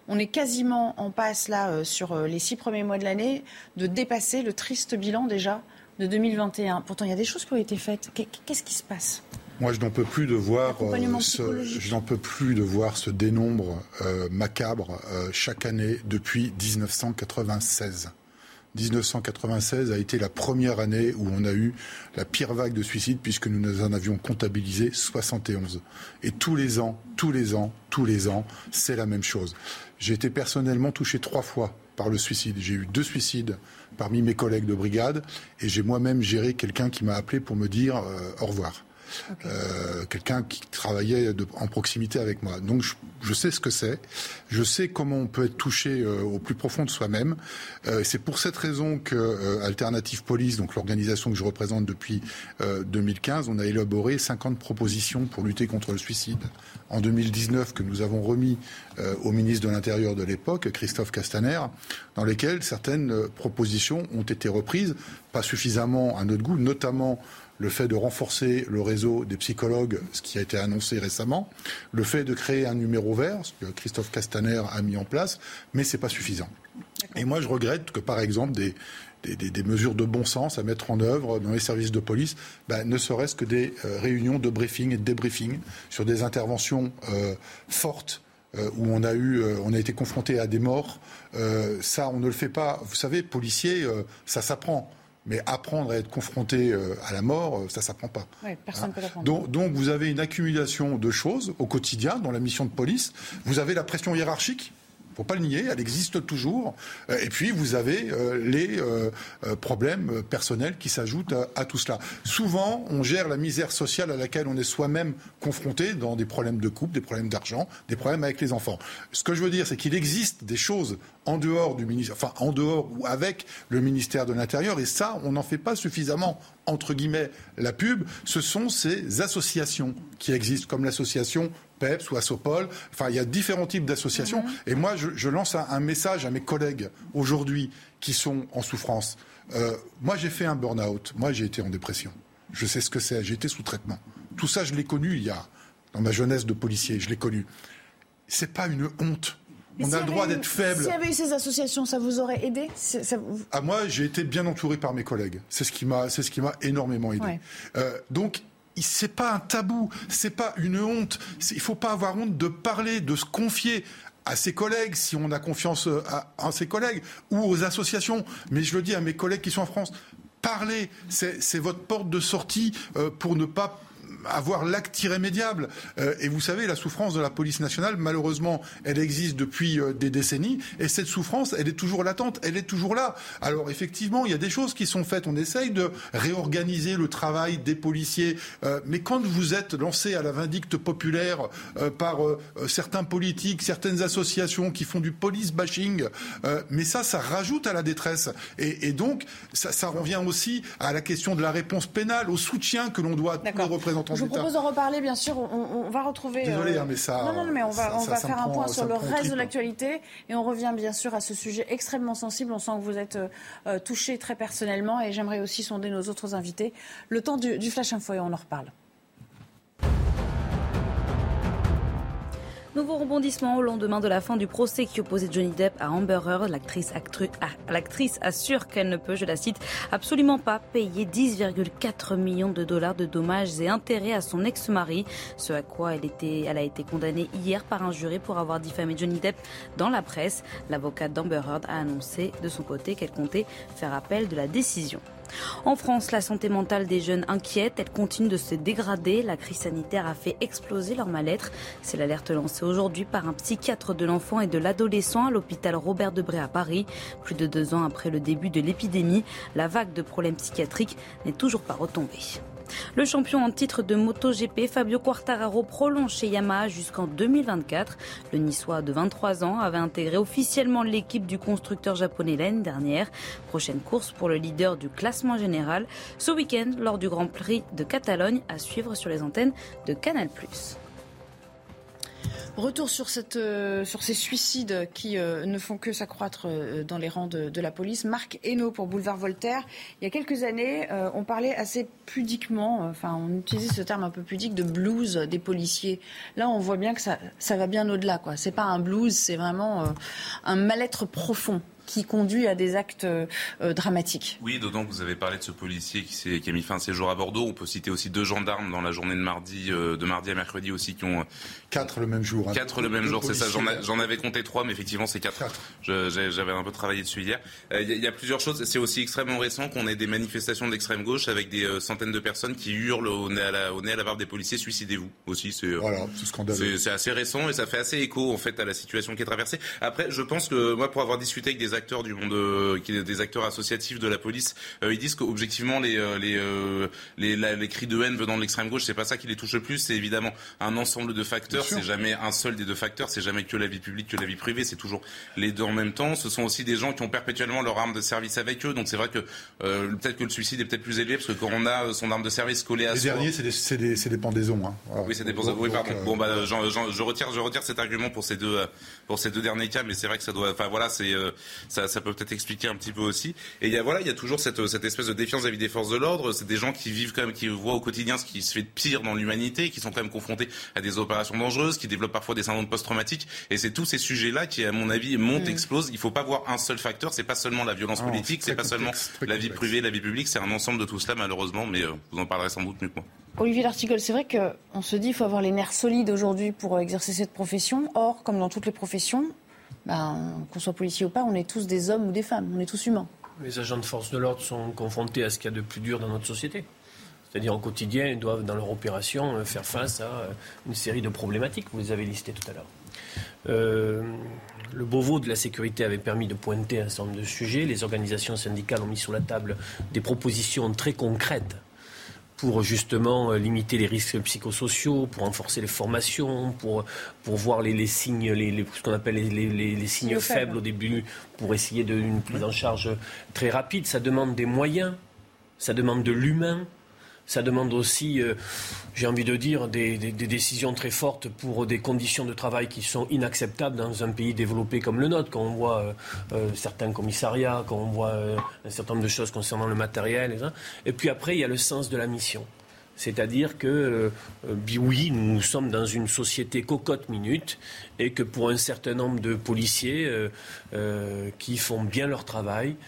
On est quasiment en passe, là, euh, sur euh, les six premiers mois de l'année, de dépasser le triste bilan, déjà, de deux mille vingt et un. Pourtant, il y a des choses qui ont été faites. Qu'est-ce qui se passe ? Moi, je n'en peux plus de voir, euh, ce, je n'en peux plus de voir ce dénombre euh, macabre euh, chaque année depuis dix-neuf cent quatre-vingt-seize. dix-neuf cent quatre-vingt-seize a été la première année où on a eu la pire vague de suicides puisque nous en avions comptabilisé soixante et onze. Et tous les ans, tous les ans, tous les ans, c'est la même chose. J'ai été personnellement touché trois fois par le suicide. J'ai eu deux suicides parmi mes collègues de brigade et j'ai moi-même géré quelqu'un qui m'a appelé pour me dire euh, au revoir. Okay. Euh, quelqu'un qui travaillait de, en proximité avec moi. Donc je, je sais ce que c'est, je sais comment on peut être touché euh, au plus profond de soi-même. Euh, c'est pour cette raison que euh, Alternative Police, donc l'organisation que je représente depuis euh, deux mille quinze, on a élaboré cinquante propositions pour lutter contre le suicide. En deux mille dix-neuf, que nous avons remis euh, au ministre de l'Intérieur de l'époque, Christophe Castaner, dans lesquelles certaines euh, propositions ont été reprises, pas suffisamment à notre goût, notamment le fait de renforcer le réseau des psychologues, ce qui a été annoncé récemment, le fait de créer un numéro vert, ce que Christophe Castaner a mis en place, mais c'est pas suffisant. Et moi, je regrette que, par exemple, des, des, des, des mesures de bon sens à mettre en œuvre dans les services de police, ben, ne serait-ce que des euh, réunions de briefing et de débriefing sur des interventions euh, fortes, Euh, où on a eu, euh, on a été confronté à des morts. Euh, ça, on ne le fait pas. Vous savez, policier, euh, ça s'apprend. Mais apprendre à être confronté euh, à la mort, euh, ça ne s'apprend pas. Oui, personne ne hein. peut l'apprendre. Donc, donc, vous avez une accumulation de choses au quotidien dans la mission de police. Vous avez la pression hiérarchique. Il ne faut pas le nier, elle existe toujours. Et puis, vous avez euh, les euh, problèmes personnels qui s'ajoutent à, à tout cela. Souvent, on gère la misère sociale à laquelle on est soi-même confronté dans des problèmes de couple, des problèmes d'argent, des problèmes avec les enfants. Ce que je veux dire, c'est qu'il existe des choses en dehors du ministère, enfin en dehors ou avec le ministère de l'Intérieur, et ça, on n'en fait pas suffisamment, entre guillemets, la pub. Ce sont ces associations qui existent, comme l'association P E P S ou Assopol. Enfin, il y a différents types d'associations. Mmh. Et moi, je, je lance un, un message à mes collègues aujourd'hui qui sont en souffrance. Euh, moi, j'ai fait un burn-out. Moi, j'ai été en dépression. Je sais ce que c'est. J'ai été sous traitement. Tout ça, je l'ai connu il y a, dans ma jeunesse de policier. Je l'ai connu. C'est pas une honte. On a le droit d'être faible. S'il y avait eu ces associations, ça vous aurait aidé ça... Ah, moi, j'ai été bien entouré par mes collègues. C'est ce qui m'a, c'est ce qui m'a énormément aidé. Ouais. Euh, donc, c'est pas un tabou, c'est pas une honte. Il faut pas avoir honte de parler, de se confier à ses collègues, si on a confiance à, à ses collègues, ou aux associations. Mais je le dis à mes collègues qui sont en France, parlez. C'est, c'est votre porte de sortie euh, pour ne pas avoir l'acte irrémédiable. Euh, et vous savez, la souffrance de la police nationale, malheureusement, elle existe depuis euh, des décennies, et cette souffrance, elle est toujours latente, elle est toujours là. Alors effectivement, il y a des choses qui sont faites, on essaye de réorganiser le travail des policiers, euh, mais quand vous êtes lancé à la vindicte populaire euh, par euh, certains politiques, certaines associations qui font du police bashing, euh, mais ça, ça rajoute à la détresse. Et, et donc, ça, ça revient aussi à la question de la réponse pénale, au soutien que l'on doit à tous les représentants. Je vous propose d'en reparler, bien sûr. On, on va retrouver. Désolé, euh... hein, mais ça. Non, non, mais on va, ça, on ça, va ça faire un prend, point sur le reste de trip. l'actualité et on revient bien sûr à ce sujet extrêmement sensible. On sent que vous êtes euh, touché très personnellement et j'aimerais aussi sonder nos autres invités. Le temps du, du Flash Info et on en reparle. Nouveau rebondissement au lendemain de la fin du procès qui opposait Johnny Depp à Amber Heard. L'actrice, actru, l'actrice assure qu'elle ne peut, je la cite, absolument pas payer dix virgule quatre millions de dollars de dommages et intérêts à son ex-mari. Ce à quoi elle, était, elle a été condamnée hier par un jury pour avoir diffamé Johnny Depp dans la presse. L'avocate d'Amber Heard a annoncé de son côté qu'elle comptait faire appel de la décision. En France, la santé mentale des jeunes inquiète. Elle continue de se dégrader. La crise sanitaire a fait exploser leur mal-être. C'est l'alerte lancée aujourd'hui par un psychiatre de l'enfant et de l'adolescent à l'hôpital Robert Debré à Paris. Plus de deux ans après le début de l'épidémie, la vague de problèmes psychiatriques n'est toujours pas retombée. Le champion en titre de MotoGP, Fabio Quartararo, prolonge chez Yamaha jusqu'en deux mille vingt-quatre. Le Niçois de vingt-trois ans avait intégré officiellement l'équipe du constructeur japonais l'année dernière. Prochaine course pour le leader du classement général ce week-end lors du Grand Prix de Catalogne à suivre sur les antennes de Canal plus. Retour sur, cette, euh, sur ces suicides qui euh, ne font que s'accroître euh, dans les rangs de, de la police. Marc Hainaut pour Boulevard Voltaire. Il y a quelques années, euh, on parlait assez pudiquement, euh, enfin on utilisait ce terme un peu pudique de blues des policiers. Là, on voit bien que ça, ça va bien au-delà, quoi. C'est pas un blues, c'est vraiment euh, un mal-être profond qui conduit à des actes euh, dramatiques. Oui, d'autant que vous avez parlé de ce policier qui, s'est, qui a mis fin à ses jours à Bordeaux. On peut citer aussi deux gendarmes dans la journée de mardi, euh, de mardi à mercredi aussi, qui ont... Quatre le même jour. Hein. Quatre le même jour, c'est ça. J'en, a, j'en avais compté trois, mais effectivement, c'est quatre. quatre. Je, j'avais un peu travaillé dessus hier. Il euh, y, y a plusieurs choses. C'est aussi extrêmement récent qu'on ait des manifestations d'extrême gauche avec des euh, centaines de personnes qui hurlent au nez à la, au nez à la barbe des policiers, suicidez-vous aussi. C'est, euh, voilà, c'est scandaleux. C'est, c'est assez récent et ça fait assez écho, en fait, à la situation qui est traversée. Après, je pense que, moi, pour avoir discuté avec des acteurs du monde... Euh, qui est des acteurs associatifs de la police, euh, ils disent qu'objectivement les euh, les, euh, les la, les cris de haine venant de l'extrême gauche, c'est pas ça qui les touche le plus, c'est évidemment un ensemble de facteurs, c'est jamais un seul des deux facteurs, c'est jamais que la vie publique, que la vie privée, c'est toujours les deux en même temps. Ce sont aussi des gens qui ont perpétuellement leur arme de service avec eux, donc c'est vrai que euh, peut-être que le suicide est peut-être plus élevé parce que quand on a son arme de service collée à les soi. derniers, c'est des c'est des, c'est des pendaisons. Hein. Voilà. Oui, c'est des pendaisons. Oui, pardon. Euh... Bon bah, j'en, j'en, je retire je retire cet argument pour ces deux pour ces deux derniers cas, mais c'est vrai que ça doit, enfin voilà, c'est euh, ça ça peut peut-être expliquer un petit peu aussi. Et il y a voilà, il y a toujours cette cette espèce de défiance vis-à-vis des forces de l'ordre. C'est des gens qui vivent quand même, qui voient au quotidien ce qui se fait de pire dans l'humanité, qui sont quand même confrontés à des opérations dangereuses, qui développent parfois des syndromes post-traumatiques. Et c'est tous ces sujets-là qui, à mon avis, montent, mmh. explosent. Il faut pas voir un seul facteur. C'est pas seulement la violence ah, politique, c'est, c'est pas complexe, seulement la vie privée, la vie publique. C'est un ensemble de tout cela, malheureusement. Mais euh, vous en parlerez sans doute mieux que moi. Olivier D'Artigol, c'est vrai qu'on se dit qu'il faut avoir les nerfs solides aujourd'hui pour exercer cette profession. Or, comme dans toutes les professions, ben, qu'on soit policier ou pas, on est tous des hommes ou des femmes. On est tous humains. Les agents de force de l'ordre sont confrontés à ce qu'il y a de plus dur dans notre société. C'est-à-dire, au quotidien, ils doivent, dans leur opération, faire face à une série de problématiques. Vous les avez listées tout à l'heure. Euh, le Beauvau de la sécurité avait permis de pointer un certain nombre de sujets. Les organisations syndicales ont mis sur la table des propositions très concrètes pour justement limiter les risques psychosociaux, pour renforcer les formations, pour, pour voir les, les signes, les, les, ce qu'on appelle les, les, les signes faibles, faibles au début, pour essayer d'une prise en charge très rapide. Ça demande des moyens, ça demande de l'humain, ça demande aussi, euh, j'ai envie de dire, des, des, des décisions très fortes pour des conditions de travail qui sont inacceptables dans un pays développé comme le nôtre. Quand on voit euh, euh, certains commissariats, quand on voit euh, un certain nombre de choses concernant le matériel. Et, ça. Et puis après, il y a le sens de la mission. C'est-à-dire que, euh, oui, nous sommes dans une société cocotte-minute et que pour un certain nombre de policiers euh, euh, qui font bien leur travail,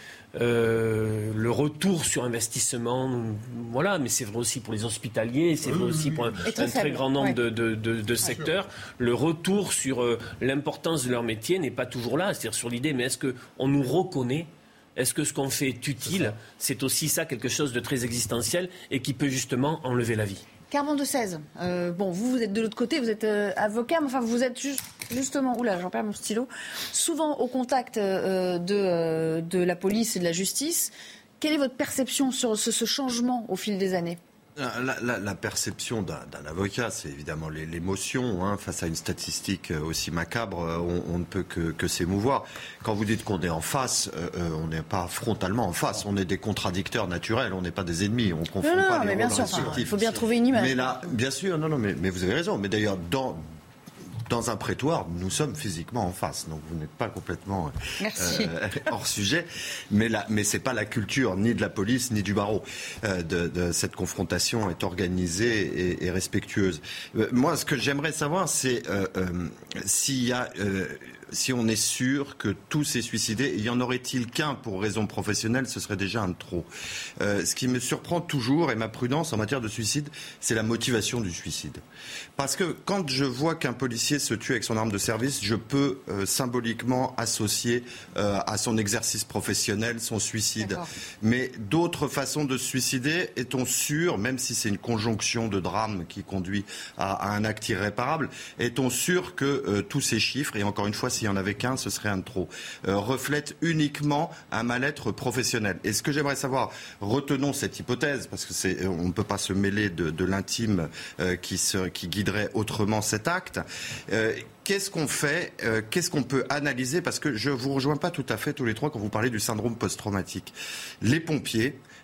Euh, le retour sur investissement, voilà, mais c'est vrai aussi pour les hospitaliers, c'est vrai aussi pour un, un très grand nombre ouais. de, de, de, de secteurs. Le retour sur euh, l'importance de leur métier n'est pas toujours là, c'est-à-dire sur l'idée, mais est-ce qu'on nous reconnaît ? Est-ce que ce qu'on fait est utile ? c'est, c'est aussi ça, quelque chose de très existentiel et qui peut justement enlever la vie. Carmen de seize, euh, bon, vous, vous êtes de l'autre côté, vous êtes euh, avocat, mais enfin, vous êtes juste, justement, oula, j'en perds mon stylo, souvent au contact euh, de, euh, de la police et de la justice. Quelle est votre perception sur ce, ce changement au fil des années ? La, la, la perception d'un, d'un avocat, c'est évidemment l'émotion. Hein, face à une statistique aussi macabre, on, on ne peut que, que s'émouvoir. Quand vous dites qu'on est en face, euh, on n'est pas frontalement en face. On est des contradicteurs naturels, on n'est pas des ennemis. On ne confond non, pas non, les rôles respectifs. Il faut bien trouver une image. Mais là, bien sûr, non, non, mais, mais vous avez raison. Mais d'ailleurs, dans... Dans un prétoire, nous sommes physiquement en face, donc vous n'êtes pas complètement euh, hors sujet. Mais, la, mais c'est pas la culture ni de la police ni du barreau. Euh, de, de cette confrontation est organisée et, et respectueuse. Euh, moi, ce que j'aimerais savoir, c'est euh, euh, s'il y a, euh, si on est sûr que tous ces suicidés, y en aurait-il qu'un pour raison professionnelle, ce serait déjà un de trop. Euh, ce qui me surprend toujours, et ma prudence en matière de suicide, c'est la motivation du suicide. Parce que quand je vois qu'un policier se tue avec son arme de service, je peux euh, symboliquement associer euh, à son exercice professionnel son suicide. D'accord. Mais d'autres façons de se suicider, est-on sûr, même si c'est une conjonction de drames qui conduit à, à un acte irréparable, est-on sûr que euh, tous ces chiffres, et encore une fois, s'il n'y en avait qu'un, ce serait un de trop, euh, reflètent uniquement un mal-être professionnel. Et ce que j'aimerais savoir, retenons cette hypothèse, parce que c'est, on ne peut pas se mêler de, de l'intime euh, qui, se, qui guiderait autrement cet acte. Euh, Qu'est-ce qu'on fait euh, Qu'est-ce qu'on peut analyser ? Parce que je ne vous rejoins pas tout à fait tous les trois quand vous parlez du syndrome post-traumatique. Les pompiers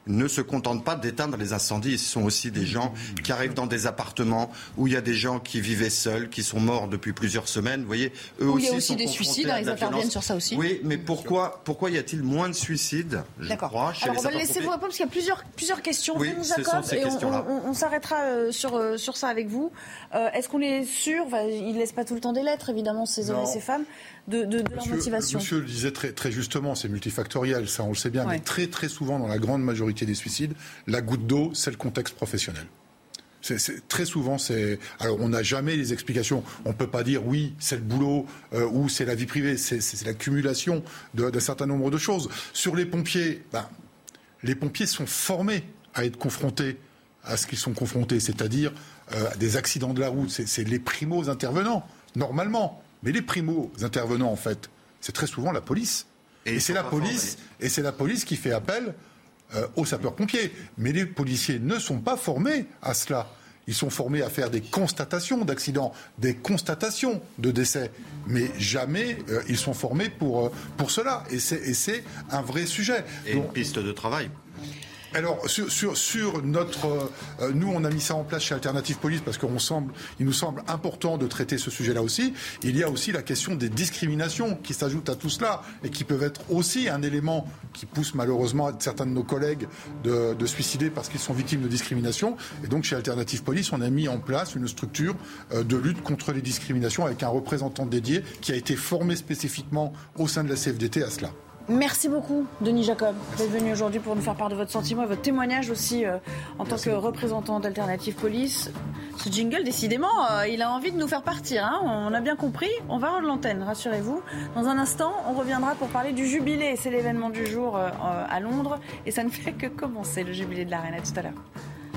ne se contentent pas d'éteindre les incendies. Ce sont aussi des gens qui arrivent dans des appartements où il y a des gens qui vivaient seuls, qui sont morts depuis plusieurs semaines. Vous voyez, eux où aussi il y a aussi sont des suicides, hein, ils interviennent violence. sur ça aussi. Oui, mais pourquoi, pourquoi y a-t-il moins de suicides, je D'accord. crois, chez Alors les on va laisser sapeurs-pompiers vous répondre parce qu'il y a plusieurs, plusieurs questions. Oui, Denis ce Jacob, sont ces et on, questions-là. on, on s'arrêtera euh, sur, euh, sur ça avec vous. Euh, est-ce qu'on est sûr, enfin, il ne laisse pas tout le temps des lettres, évidemment, ces hommes Non. et ces femmes, de, de, de leur Monsieur, motivation. Monsieur le disait très, très justement, c'est multifactoriel, ça on le sait bien, Ouais. mais très très souvent, dans la grande majorité des suicides, la goutte d'eau, c'est le contexte professionnel. C'est, c'est, très souvent, c'est. Alors, on n'a jamais les explications. On ne peut pas dire oui, c'est le boulot euh, ou c'est la vie privée. C'est, c'est, c'est l'accumulation de, d'un certain nombre de choses. Sur les pompiers, ben, les pompiers sont formés à être confrontés à ce qu'ils sont confrontés, c'est-à-dire euh, à des accidents de la route. C'est, c'est les primos intervenants, normalement. Mais les primos intervenants, en fait, c'est très souvent la police. Et, et c'est la police, et c'est la police qui fait appel euh, aux sapeurs-pompiers. Mais les policiers ne sont pas formés à cela. Ils sont formés à faire des constatations d'accidents, des constatations de décès. Mais jamais euh, ils sont formés pour, euh, pour cela. Et c'est, et c'est un vrai sujet. Et Donc, une piste de travail. Alors, sur, sur, sur notre... Euh, nous, on a mis ça en place chez Alternative Police parce qu'il nous semble important de traiter ce sujet-là aussi. Il y a aussi la question des discriminations qui s'ajoutent à tout cela et qui peuvent être aussi un élément qui pousse malheureusement certains de nos collègues de, de suicider parce qu'ils sont victimes de discrimination. Et donc, chez Alternative Police, on a mis en place une structure euh, de lutte contre les discriminations avec un représentant dédié qui a été formé spécifiquement au sein de la C F D T à cela. Merci beaucoup, Denis Jacob, d'être venu aujourd'hui pour nous faire part de votre sentiment et votre témoignage aussi euh, en tant que représentant d'Alternative Police. Ce jingle, décidément, euh, il a envie de nous faire partir. Hein. On a bien compris. On va rendre l'antenne, rassurez-vous. Dans un instant, on reviendra pour parler du jubilé. C'est l'événement du jour euh, à Londres. Et ça ne fait que commencer, le jubilé de la Reine. À tout à l'heure.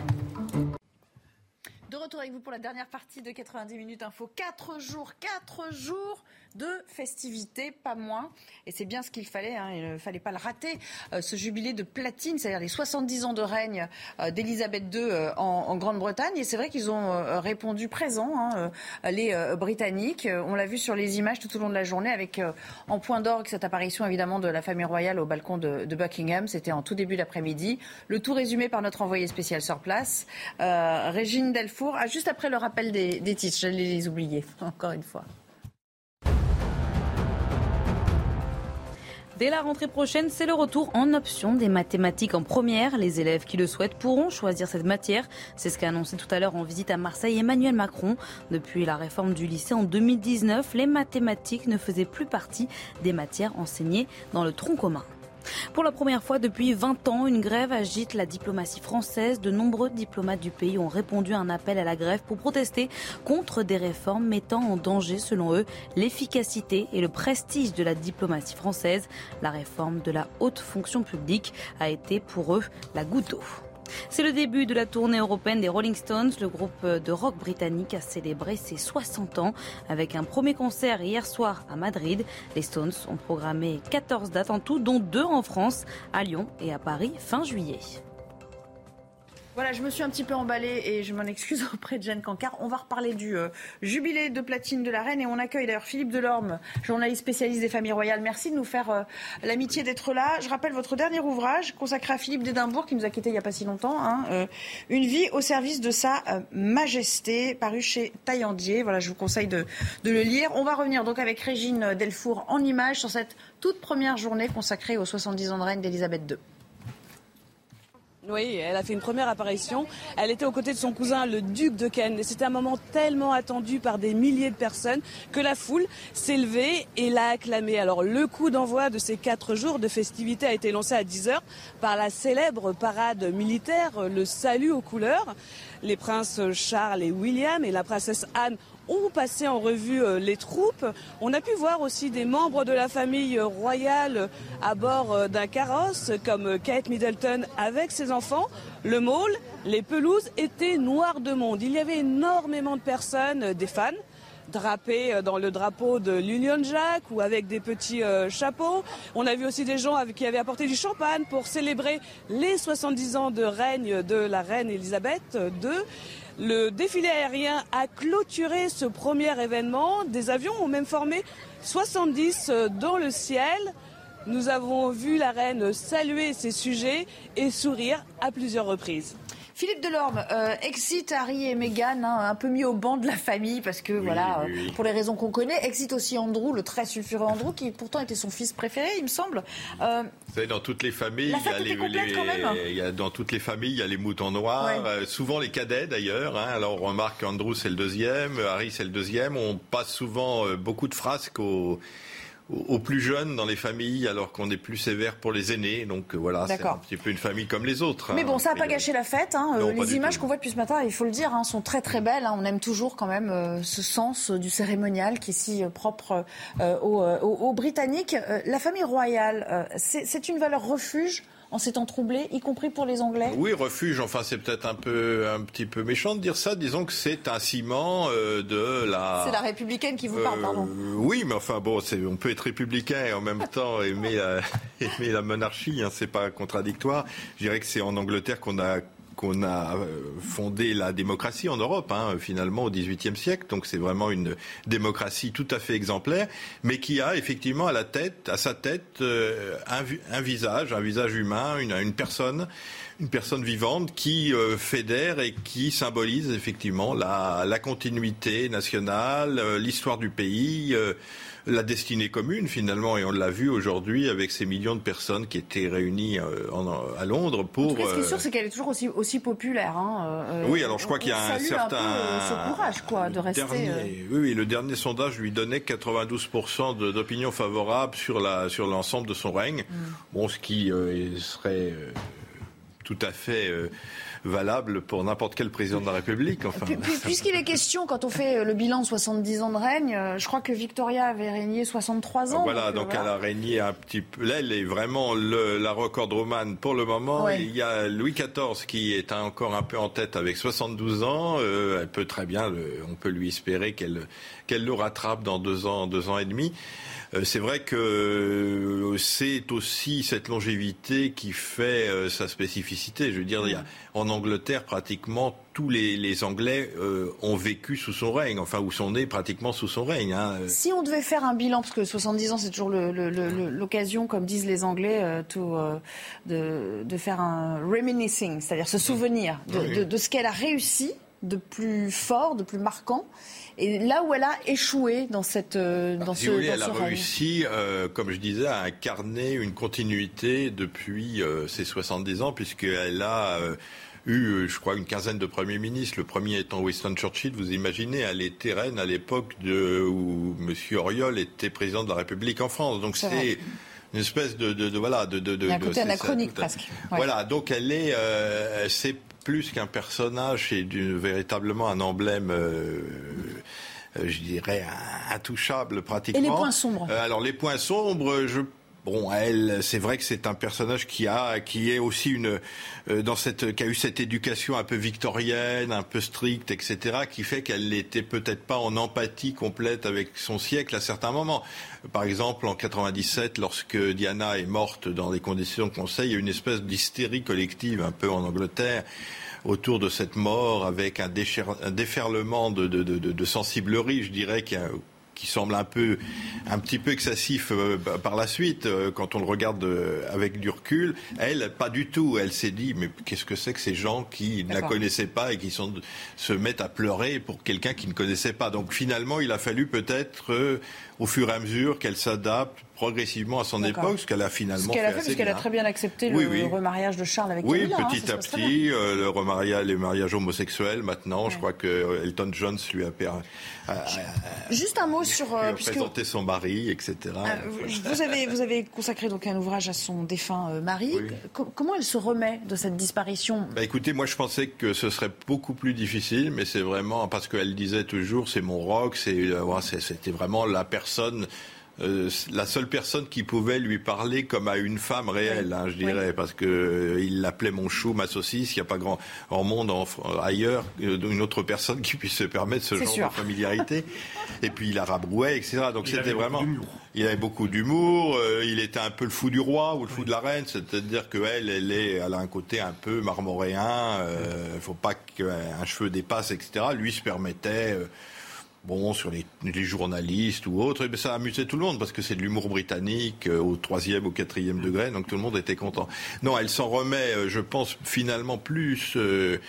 De retour avec vous pour la dernière partie de quatre-vingt-dix minutes info. Quatre jours, quatre jours de festivités, pas moins. Et c'est bien ce qu'il fallait, hein. Il ne fallait pas le rater. Euh, ce jubilé de platine, c'est-à-dire les soixante-dix ans de règne euh, d'Elisabeth deux euh, en, en Grande-Bretagne. Et c'est vrai qu'ils ont euh, répondu présents, hein, euh, les euh, Britanniques. Euh, on l'a vu sur les images tout au long de la journée avec euh, en point d'orgue cette apparition évidemment de la famille royale au balcon de, de Buckingham. C'était en tout début d'après-midi. Le tout résumé par notre envoyé spécial sur place, euh, Régine Delfour. Ah, juste après le rappel des, des titres, j'allais les oublier, encore une fois. Dès la rentrée prochaine, c'est le retour en option des mathématiques en première. Les élèves qui le souhaitent pourront choisir cette matière. C'est ce qu'a annoncé tout à l'heure en visite à Marseille Emmanuel Macron. Depuis la réforme du lycée en deux mille dix-neuf, les mathématiques ne faisaient plus partie des matières enseignées dans le tronc commun. Pour la première fois depuis vingt ans, une grève agite la diplomatie française. De nombreux diplomates du pays ont répondu à un appel à la grève pour protester contre des réformes mettant en danger, selon eux, l'efficacité et le prestige de la diplomatie française. La réforme de la haute fonction publique a été pour eux la goutte d'eau. C'est le début de la tournée européenne des Rolling Stones. Le groupe de rock britannique a célébré ses soixante ans avec un premier concert hier soir à Madrid. Les Stones ont programmé quatorze dates en tout, dont deux en France, à Lyon et à Paris fin juillet. Voilà, je me suis un petit peu emballée et je m'en excuse auprès de Jeanne Cancard. On va reparler du euh, jubilé de platine de la Reine et on accueille d'ailleurs Philippe Delorme, journaliste spécialiste des familles royales. Merci de nous faire euh, l'amitié d'être là. Je rappelle votre dernier ouvrage consacré à Philippe d'Édimbourg qui nous a quittés il n'y a pas si longtemps. Hein, euh, Une vie au service de sa euh, majesté, paru chez Taillandier. Voilà, je vous conseille de, de le lire. On va revenir donc avec Régine Delfour en images sur cette toute première journée consacrée aux soixante-dix ans de règne d'Élisabeth deux. Oui, elle a fait une première apparition. Elle était aux côtés de son cousin, le duc de Kent. Et c'était un moment tellement attendu par des milliers de personnes que la foule s'est levée et l'a acclamée. Alors, le coup d'envoi de ces quatre jours de festivités a été lancé à dix heures par la célèbre parade militaire, le salut aux couleurs. Les princes Charles et William et la princesse Anne ont passé en revue les troupes. On a pu voir aussi des membres de la famille royale à bord d'un carrosse, comme Kate Middleton avec ses enfants. Le Mall, les pelouses étaient noires de monde. Il y avait énormément de personnes, des fans, drapés dans le drapeau de l'Union Jack ou avec des petits euh, chapeaux. On a vu aussi des gens avec, qui avaient apporté du champagne pour célébrer les soixante-dix ans de règne de la reine Elisabeth deux. Le défilé aérien a clôturé ce premier événement. Des avions ont même formé soixante-dix dans le ciel. Nous avons vu la reine saluer ses sujets et sourire à plusieurs reprises. Philippe Delorme, euh, exit Harry et Meghan, hein, un peu mis au banc de la famille parce que, oui, voilà, oui, oui. pour les raisons qu'on connaît. Exit aussi Andrew, le très sulfureux Andrew, qui pourtant était son fils préféré, il me semble. Euh, Vous savez, dans toutes les familles, la fête il y a était complète les, quand même. Il y a, dans toutes les familles, il y a les moutons noirs, ouais. euh, souvent les cadets d'ailleurs. Hein. Alors on remarque qu'Andrew c'est le deuxième, Harry c'est le deuxième. On passe souvent euh, beaucoup de frasques au aux plus jeunes dans les familles, alors qu'on est plus sévère pour les aînés. Donc voilà, D'accord. c'est un petit peu une famille comme les autres. Mais bon, hein, ça n'a pas gâché la fête. Hein. Non, les images qu'on voit depuis ce matin, il faut le dire, hein, sont très très belles. Hein. On aime toujours quand même euh, ce sens euh, du cérémonial qui est si euh, propre euh, aux, euh, aux, aux Britanniques. Euh, la famille royale, euh, c'est, c'est une valeur refuge en ces temps troublés, y compris pour les Anglais? Oui, refuge, enfin c'est peut-être un peu, un petit peu méchant de dire ça. Disons que c'est un ciment euh, de la... C'est la républicaine qui vous parle, euh, pardon. Oui, mais enfin bon, c'est, on peut être républicain et en même temps aimer la, aimer la monarchie, hein, c'est pas contradictoire. Je dirais que c'est en Angleterre qu'on a qu'on a fondé la démocratie en Europe, hein, finalement, au dix-huitième siècle. Donc c'est vraiment une démocratie tout à fait exemplaire, mais qui a effectivement à la tête, à sa tête, euh, un, un visage, un visage humain, une, une personne, une personne vivante qui euh, fédère et qui symbolise effectivement la, la continuité nationale, euh, l'histoire du pays, euh, la destinée commune finalement, et on l'a vu aujourd'hui avec ces millions de personnes qui étaient réunies euh, en, à Londres pour... En tout cas, ce qui est sûr, c'est qu'elle est toujours aussi, aussi populaire. Hein. Euh, oui, alors je crois qu'il y a un certain... Un peu ce courage, quoi, de rester... Dernier, euh... oui, oui, le dernier sondage lui donnait quatre-vingt-douze pour cent de, d'opinion favorable sur, la, sur l'ensemble de son règne, mm. bon, ce qui euh, serait... Euh, tout à fait euh, valable pour n'importe quel président de la République. Enfin. Puisqu'il est question, quand on fait le bilan de soixante-dix ans de règne, je crois que Victoria avait régné soixante-trois ans. Voilà, donc, donc voilà. Elle a régné un petit peu. Là, elle est vraiment le, la recordwoman pour le moment. Ouais. Il y a Louis quatorze qui est encore un peu en tête avec soixante-douze ans. Euh, elle peut très bien, le, on peut lui espérer qu'elle, qu'elle le rattrape dans deux ans, deux ans et demi. Euh, c'est vrai que euh, c'est aussi cette longévité qui fait euh, sa spécificité. Je veux dire, il y a, en Angleterre, pratiquement tous les, les Anglais euh, ont vécu sous son règne, enfin, ou sont nés pratiquement sous son règne. Hein. Si on devait faire un bilan, parce que soixante-dix ans, c'est toujours le, le, le, l'occasion, comme disent les Anglais, euh, tout, euh, de, de faire un reminiscing, c'est-à-dire se souvenir de, oui. de, de ce qu'elle a réussi de plus fort, de plus marquant. Et là où elle a échoué dans cette dans bah, si ce, vous voulez, dans elle ce a règne. réussi, euh, comme je disais, à incarner une continuité depuis euh, ses soixante-dix ans, puisqu'elle a euh, eu, je crois, une quinzaine de premiers ministres. Le premier étant Winston Churchill. Vous imaginez, elle était reine à l'époque de, où M. Auriol était président de la République en France. Donc c'est, c'est une espèce de, de, de voilà de de de. Un côté anachronique ça, presque. Ouais. Voilà, donc elle est, euh, c'est plus qu'un personnage, c'est du, véritablement un emblème, euh, euh, je dirais, intouchable pratiquement. Et les points sombres euh, Alors les points sombres, je... Bon, elle, c'est vrai que c'est un personnage qui a, qui est aussi une, euh, dans cette, qui a eu cette éducation un peu victorienne, un peu stricte, et cetera, qui fait qu'elle n'était peut-être pas en empathie complète avec son siècle à certains moments. Par exemple, en quatre-vingt-dix-sept, lorsque Diana est morte dans des conditions qu'on sait, il y a une espèce d'hystérie collective un peu en Angleterre autour de cette mort, avec un, décher, un déferlement de, de, de, de sensiblerie, je dirais, qui a, qui semble un peu, un petit peu excessif euh, par la suite, euh, quand on le regarde euh, avec du recul. Elle, pas du tout. Elle s'est dit, mais qu'est-ce que c'est que ces gens qui ne la connaissaient pas et qui sont, se mettent à pleurer pour quelqu'un qui ne connaissait pas. Donc finalement, il a fallu peut-être, euh, au fur et à mesure qu'elle s'adapte progressivement à son D'accord. époque, ce qu'elle a finalement ce qu'elle fait a fait, puisqu'elle bien. a très bien accepté oui, le, oui. le remariage de Charles avec oui, Camilla. Oui, petit hein, à petit, euh, le remariage, les mariages homosexuels maintenant. Ouais. Je crois que Elton John lui a permis. Euh, Juste un mot sur euh, puisque présenter son mari, et cetera. Euh, vous avez vous avez consacré donc un ouvrage à son défunt euh, mari. Oui. C- comment elle se remet de cette disparition? Bah, écoutez, moi je pensais que ce serait beaucoup plus difficile, mais c'est vraiment parce qu'elle disait toujours c'est mon rock, c'est, euh, c'est c'était vraiment la personne. Euh, la seule personne qui pouvait lui parler comme à une femme réelle, oui. hein, je dirais, oui. parce que euh, il l'appelait mon chou, ma saucisse. Il n'y a pas grand en monde en, ailleurs euh, une autre personne qui puisse se permettre ce C'est genre sûr. de familiarité. Et puis il la rabrouait, et cetera. Donc il c'était vraiment. Il avait beaucoup d'humour. Euh, il était un peu le fou du roi ou le fou oui. de la reine, c'est-à-dire que elle, elle est, elle a un côté un peu marmoréen. Il euh, ne faut pas qu'un cheveu dépasse, et cetera. Lui se permettait. Euh, bon, sur les, les journalistes ou autres, et bien ça amusait tout le monde parce que c'est de l'humour britannique euh, au troisième, au quatrième degré, donc tout le monde était content. Non, elle s'en remet, euh, je pense, finalement plus, euh,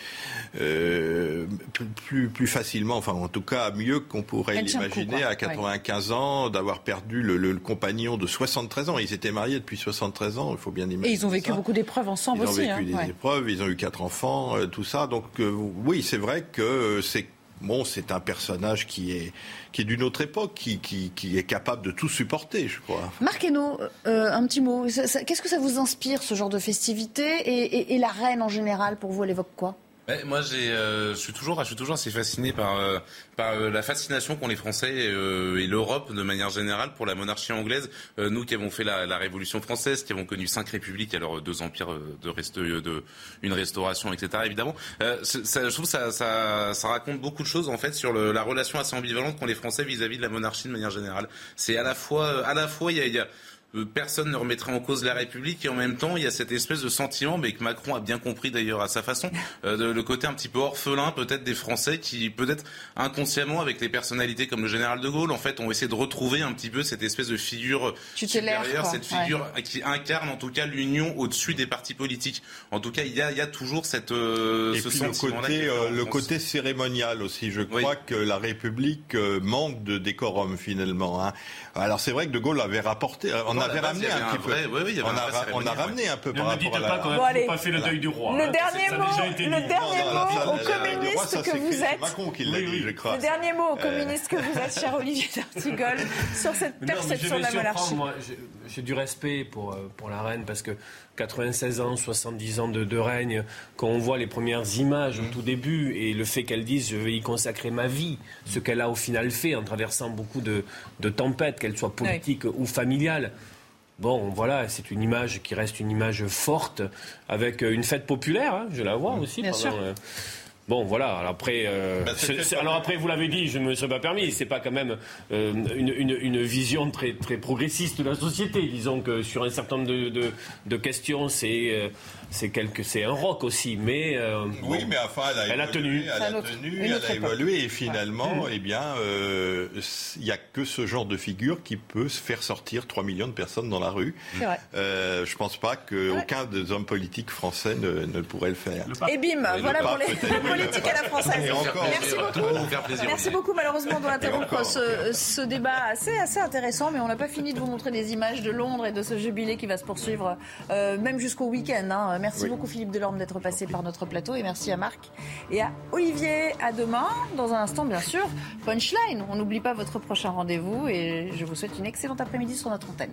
euh, plus, plus facilement, enfin en tout cas mieux qu'on pourrait l'imaginer à quatre-vingt-quinze ouais. ans, d'avoir perdu le, le, le compagnon de soixante-treize ans. Ils étaient mariés depuis soixante-treize ans, il faut bien imaginer. Et ils ont vécu ça. beaucoup d'épreuves ensemble aussi. Ils ont vécu hein, des ouais. épreuves, ils ont eu quatre enfants, euh, tout ça. Donc euh, oui, c'est vrai que euh, c'est Bon, c'est un personnage qui est, qui est d'une autre époque, qui, qui, qui est capable de tout supporter, je crois. Marc Hainaut, euh, un petit mot. Ça, ça, qu'est-ce que ça vous inspire, ce genre de festivité et, et, et la reine en général, pour vous, elle évoque quoi ? Ouais, moi, j'ai, euh, je suis toujours, je suis toujours assez fasciné par, euh, par euh, la fascination qu'ont les Français euh, et l'Europe de manière générale pour la monarchie anglaise. Euh, nous qui avons fait la, la Révolution française, qui avons connu cinq républiques, alors deux empires de, reste, de une restauration, et cetera. Évidemment, euh, ça, je trouve ça, ça, ça raconte beaucoup de choses en fait sur le, la relation assez ambivalente qu'ont les Français vis-à-vis de la monarchie de manière générale. C'est à la fois, à la fois, il y a, il y a personne ne remettrait en cause la République et en même temps il y a cette espèce de sentiment, mais que Macron a bien compris d'ailleurs à sa façon, euh, de, le côté un petit peu orphelin peut-être des Français qui peut-être inconsciemment avec les personnalités comme le général de Gaulle en fait ont essayé de retrouver un petit peu cette espèce de figure tutélaire, supérieure, quoi. cette figure ouais. qui incarne en tout cas l'union au-dessus des partis politiques. En tout cas il y a, il y a toujours cette euh, et ce puis le côté, euh, le côté cérémonial aussi. Je crois oui. que la République euh, manque de décorum finalement. Hein. Alors c'est vrai que de Gaulle avait rapporté, on bon, avait ramené un petit peu. Vrai, oui, oui, on, a, on a ramené ouais. un peu ne par rapport à la... Ne dites pas qu'on n'a bon, pas fait le deuil du roi. Le hein. dernier mot, le dernier mot aux communistes que vous êtes. Macron qui l'a dit, je crois. Le dernier mot aux communistes que vous êtes, cher Olivier d'Artigol, sur cette perception de la monarchie. Moi, j'ai, j'ai du respect pour, pour la reine parce que quatre-vingt-seize ans, soixante-dix ans de, de règne, quand on voit les premières images au tout début et le fait qu'elle dise « je vais y consacrer ma vie », ce qu'elle a au final fait en traversant beaucoup de, de tempêtes, qu'elles soient politiques oui. ou familiales. Bon, voilà, c'est une image qui reste une image forte, avec une fête populaire, hein, je la vois aussi. Bien pendant, sûr. Euh, Bon, voilà. Alors après, euh, bah, c'est, c'est, alors après, vous l'avez dit, je ne me serais pas permis. C'est pas quand même euh, une, une, une vision très, très progressiste de la société. Disons que sur un certain nombre de, de, de questions, c'est, euh, c'est quelque, c'est un rock aussi. Mais euh, oui, bon, mais enfin, elle a, elle évolué, a tenu, elle a, tenu, elle a évolué, et finalement, ouais. eh bien, il euh, y a que ce genre de figure qui peut se faire sortir trois millions de personnes dans la rue. C'est vrai. Euh, je pense pas qu'aucun ouais. des hommes politiques français ne, ne pourrait le faire. Le et bim, oui, voilà pour les. Politique à la française. Merci beaucoup. Merci beaucoup. Malheureusement, on doit interrompre ce, ce débat assez, assez intéressant, mais on n'a pas fini de vous montrer des images de Londres et de ce jubilé qui va se poursuivre euh, même jusqu'au week-end. Hein. Merci oui. beaucoup Philippe Delorme d'être passé par notre plateau et merci à Marc et à Olivier. À demain. Dans un instant, bien sûr, Punchline. On n'oublie pas votre prochain rendez-vous et je vous souhaite une excellente après-midi sur notre antenne.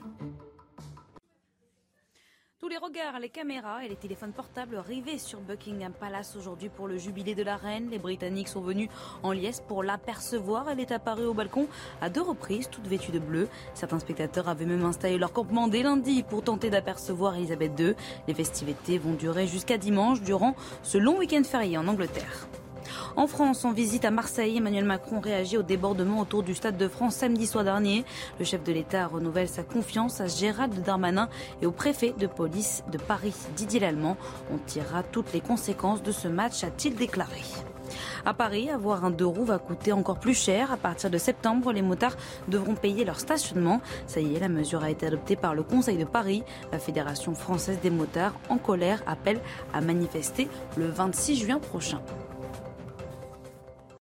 Tous les regards, les caméras et les téléphones portables rivés sur Buckingham Palace aujourd'hui pour le jubilé de la reine. Les Britanniques sont venus en liesse pour l'apercevoir. Elle est apparue au balcon à deux reprises, toute vêtue de bleu. Certains spectateurs avaient même installé leur campement dès lundi pour tenter d'apercevoir Elisabeth deux. Les festivités vont durer jusqu'à dimanche durant ce long week-end férié en Angleterre. En France, en visite à Marseille, Emmanuel Macron réagit au débordement autour du Stade de France samedi soir dernier. Le chef de l'État renouvelle sa confiance à Gérald Darmanin et au préfet de police de Paris, Didier Lallemand. On tirera toutes les conséquences de ce match, a-t-il déclaré. À Paris, avoir un deux roues va coûter encore plus cher. À partir de septembre, les motards devront payer leur stationnement. Ça y est, la mesure a été adoptée par le Conseil de Paris. La Fédération française des motards, en colère, appelle à manifester le vingt-six juin prochain.